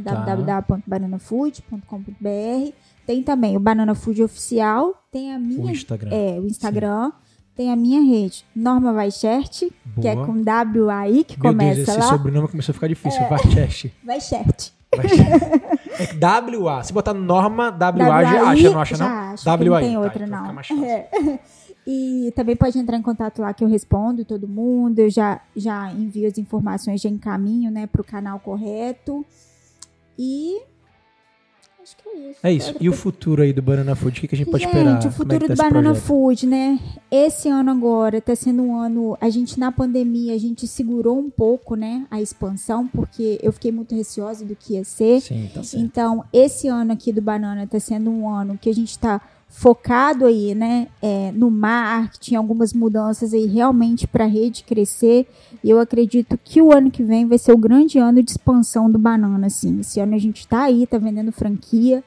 www.bananafood.com.br. Tem também o Banana Food Oficial, tem a minha...
O Instagram.
O Instagram. Sim. Tem a minha rede, Norma Weichert, que é com W-A-I, que
Meu
começa
Deus,
lá.
Esse sobrenome começou a ficar difícil, Weichert.
Weichert.
W-A. Se botar Norma, W-A, já acha, não acha, não?
W-A. Não tem outra, não.
Mais fácil.
E também pode entrar em contato lá que eu respondo todo mundo. Eu já envio as informações, já encaminho, né, para o canal correto. E acho que é isso.
É isso. E o futuro aí do Banana Food? O que a gente pode esperar?
Gente, o futuro do Banana Food, né? Esse ano agora tá sendo um ano... A gente, na pandemia, a gente segurou um pouco, né? A expansão, porque eu fiquei muito receosa do que ia ser.
Sim, tá certo.
Então, esse ano aqui do Banana tá sendo um ano que a gente tá focado aí, né, no marketing, algumas mudanças aí realmente para a rede crescer. E eu acredito que o ano que vem vai ser o grande ano de expansão do Banana, assim. Esse ano a gente está aí, tá vendendo franquia.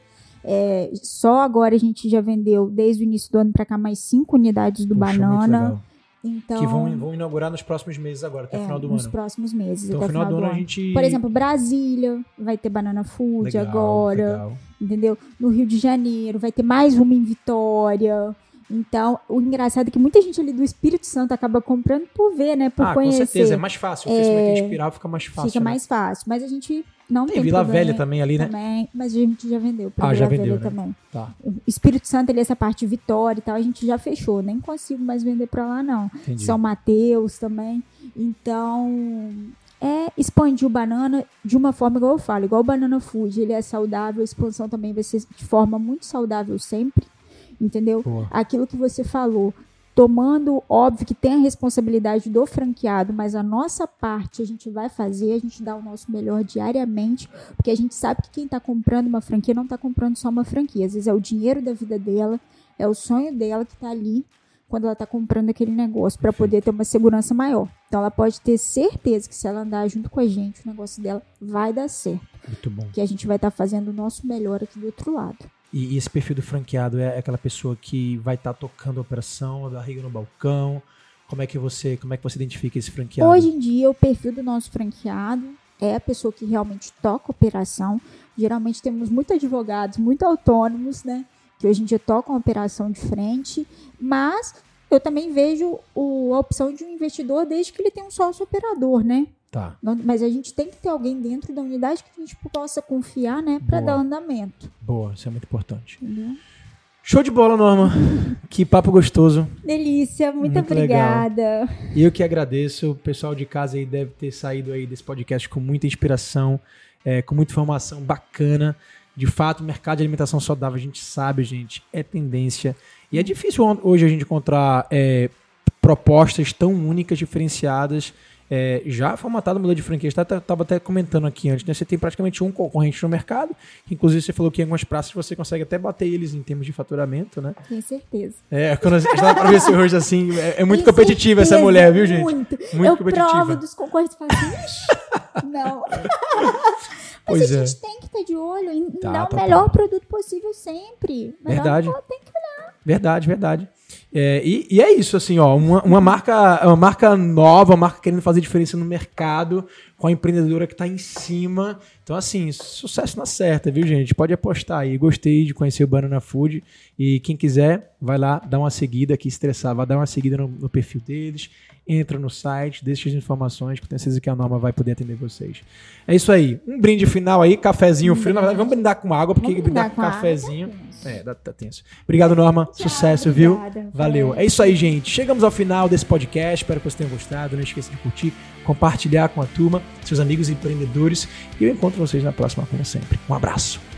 Só agora a gente já vendeu, desde o início do ano para cá, mais 5 unidades do Banana. Então,
que vão inaugurar nos próximos meses agora, até o final do ano.
Nos próximos meses.
Então, no final do ano a gente...
Por exemplo, Brasília vai ter Banana Food agora.
Legal.
Entendeu? No Rio de Janeiro vai ter mais uma em Vitória. Então, o engraçado é que muita gente ali do Espírito Santo acaba comprando por ver, né? Por conhecer.
Com certeza, é mais fácil. O crescimento espiral fica mais fácil.
Fica mais fácil. Mas a gente não tem
Vila
problema,
Velha também ali, né?
Também, mas a gente já vendeu pra Vila
já vendeu,
Velha
né?
também.
Tá.
O Espírito Santo, ali, essa parte de Vitória e tal, a gente já fechou. Nem consigo mais vender pra lá, não.
Entendi.
São Mateus também. Então, expandir o banana de uma forma, igual eu falo, igual o Banana Food, ele é saudável, a expansão também vai ser de forma muito saudável sempre, entendeu?
Boa.
Aquilo que você falou, tomando, óbvio que tem a responsabilidade do franqueado, mas a nossa parte a gente vai fazer, a gente dá o nosso melhor diariamente, porque a gente sabe que quem está comprando uma franquia não está comprando só uma franquia, às vezes é o dinheiro da vida dela, é o sonho dela que está ali, quando ela está comprando aquele negócio, para poder ter uma segurança maior. Então, ela pode ter certeza que se ela andar junto com a gente, o negócio dela vai dar certo.
Muito bom.
Que a gente vai estar fazendo o nosso melhor aqui do outro lado.
E esse perfil do franqueado é aquela pessoa que vai estar tocando a operação, da riga no balcão? Como é que você identifica esse franqueado?
Hoje em dia, o perfil do nosso franqueado é a pessoa que realmente toca a operação. Geralmente, temos muitos advogados, muito autônomos, né? Que hoje em dia tocam a operação de frente, mas eu também vejo a opção de um investidor desde que ele tenha um sócio operador, né?
Tá.
Mas a gente tem que ter alguém dentro da unidade que a gente possa confiar, né? Para dar andamento.
Boa, isso é muito importante.
Entendeu?
Show de bola, Norma. Que papo gostoso.
Delícia, muito obrigada.
Legal. E eu que agradeço. O pessoal de casa aí deve ter saído aí desse podcast com muita inspiração, com muita informação bacana. De fato, o mercado de alimentação saudável, a gente sabe, gente, é tendência. E é difícil hoje a gente encontrar propostas tão únicas, diferenciadas, já formatado o modelo de franquia. Estava até comentando aqui antes, né? Você tem praticamente um concorrente no mercado, que inclusive você falou que em algumas praças você consegue até bater eles em termos de faturamento, né?
Tenho certeza.
Quando a gente dá pra ver hoje assim, é muito competitiva essa mulher, viu, gente?
Muito
competitiva.
Eu provo dos concorrentes e falo assim, não. Mas a gente tem que estar de olho em dar o melhor produto possível sempre.
Verdade.
Tem que olhar.
Verdade. E é isso, assim, ó, uma marca nova, uma marca querendo fazer diferença no mercado, com a empreendedora que está em cima. Então, assim, sucesso na certa, viu, gente? Pode apostar aí. Gostei de conhecer o Banana Food. E quem quiser, vai lá, dá uma seguida aqui, estressar, vai dar uma seguida no perfil deles, entra no site, deixa as informações, que eu tenho certeza que a Norma vai poder atender vocês. É isso aí. Um brinde final aí, cafezinho frio. Na verdade, vamos brindar com água, porque brindar com cafezinho... Tá tenso. Obrigado, Norma. Tchau, sucesso,
obrigada,
viu? Valeu. É isso aí, gente. Chegamos ao final desse podcast. Espero que vocês tenham gostado. Não esqueça de curtir, compartilhar com a turma, seus amigos empreendedores. E eu encontro vocês na próxima, como sempre. Um abraço.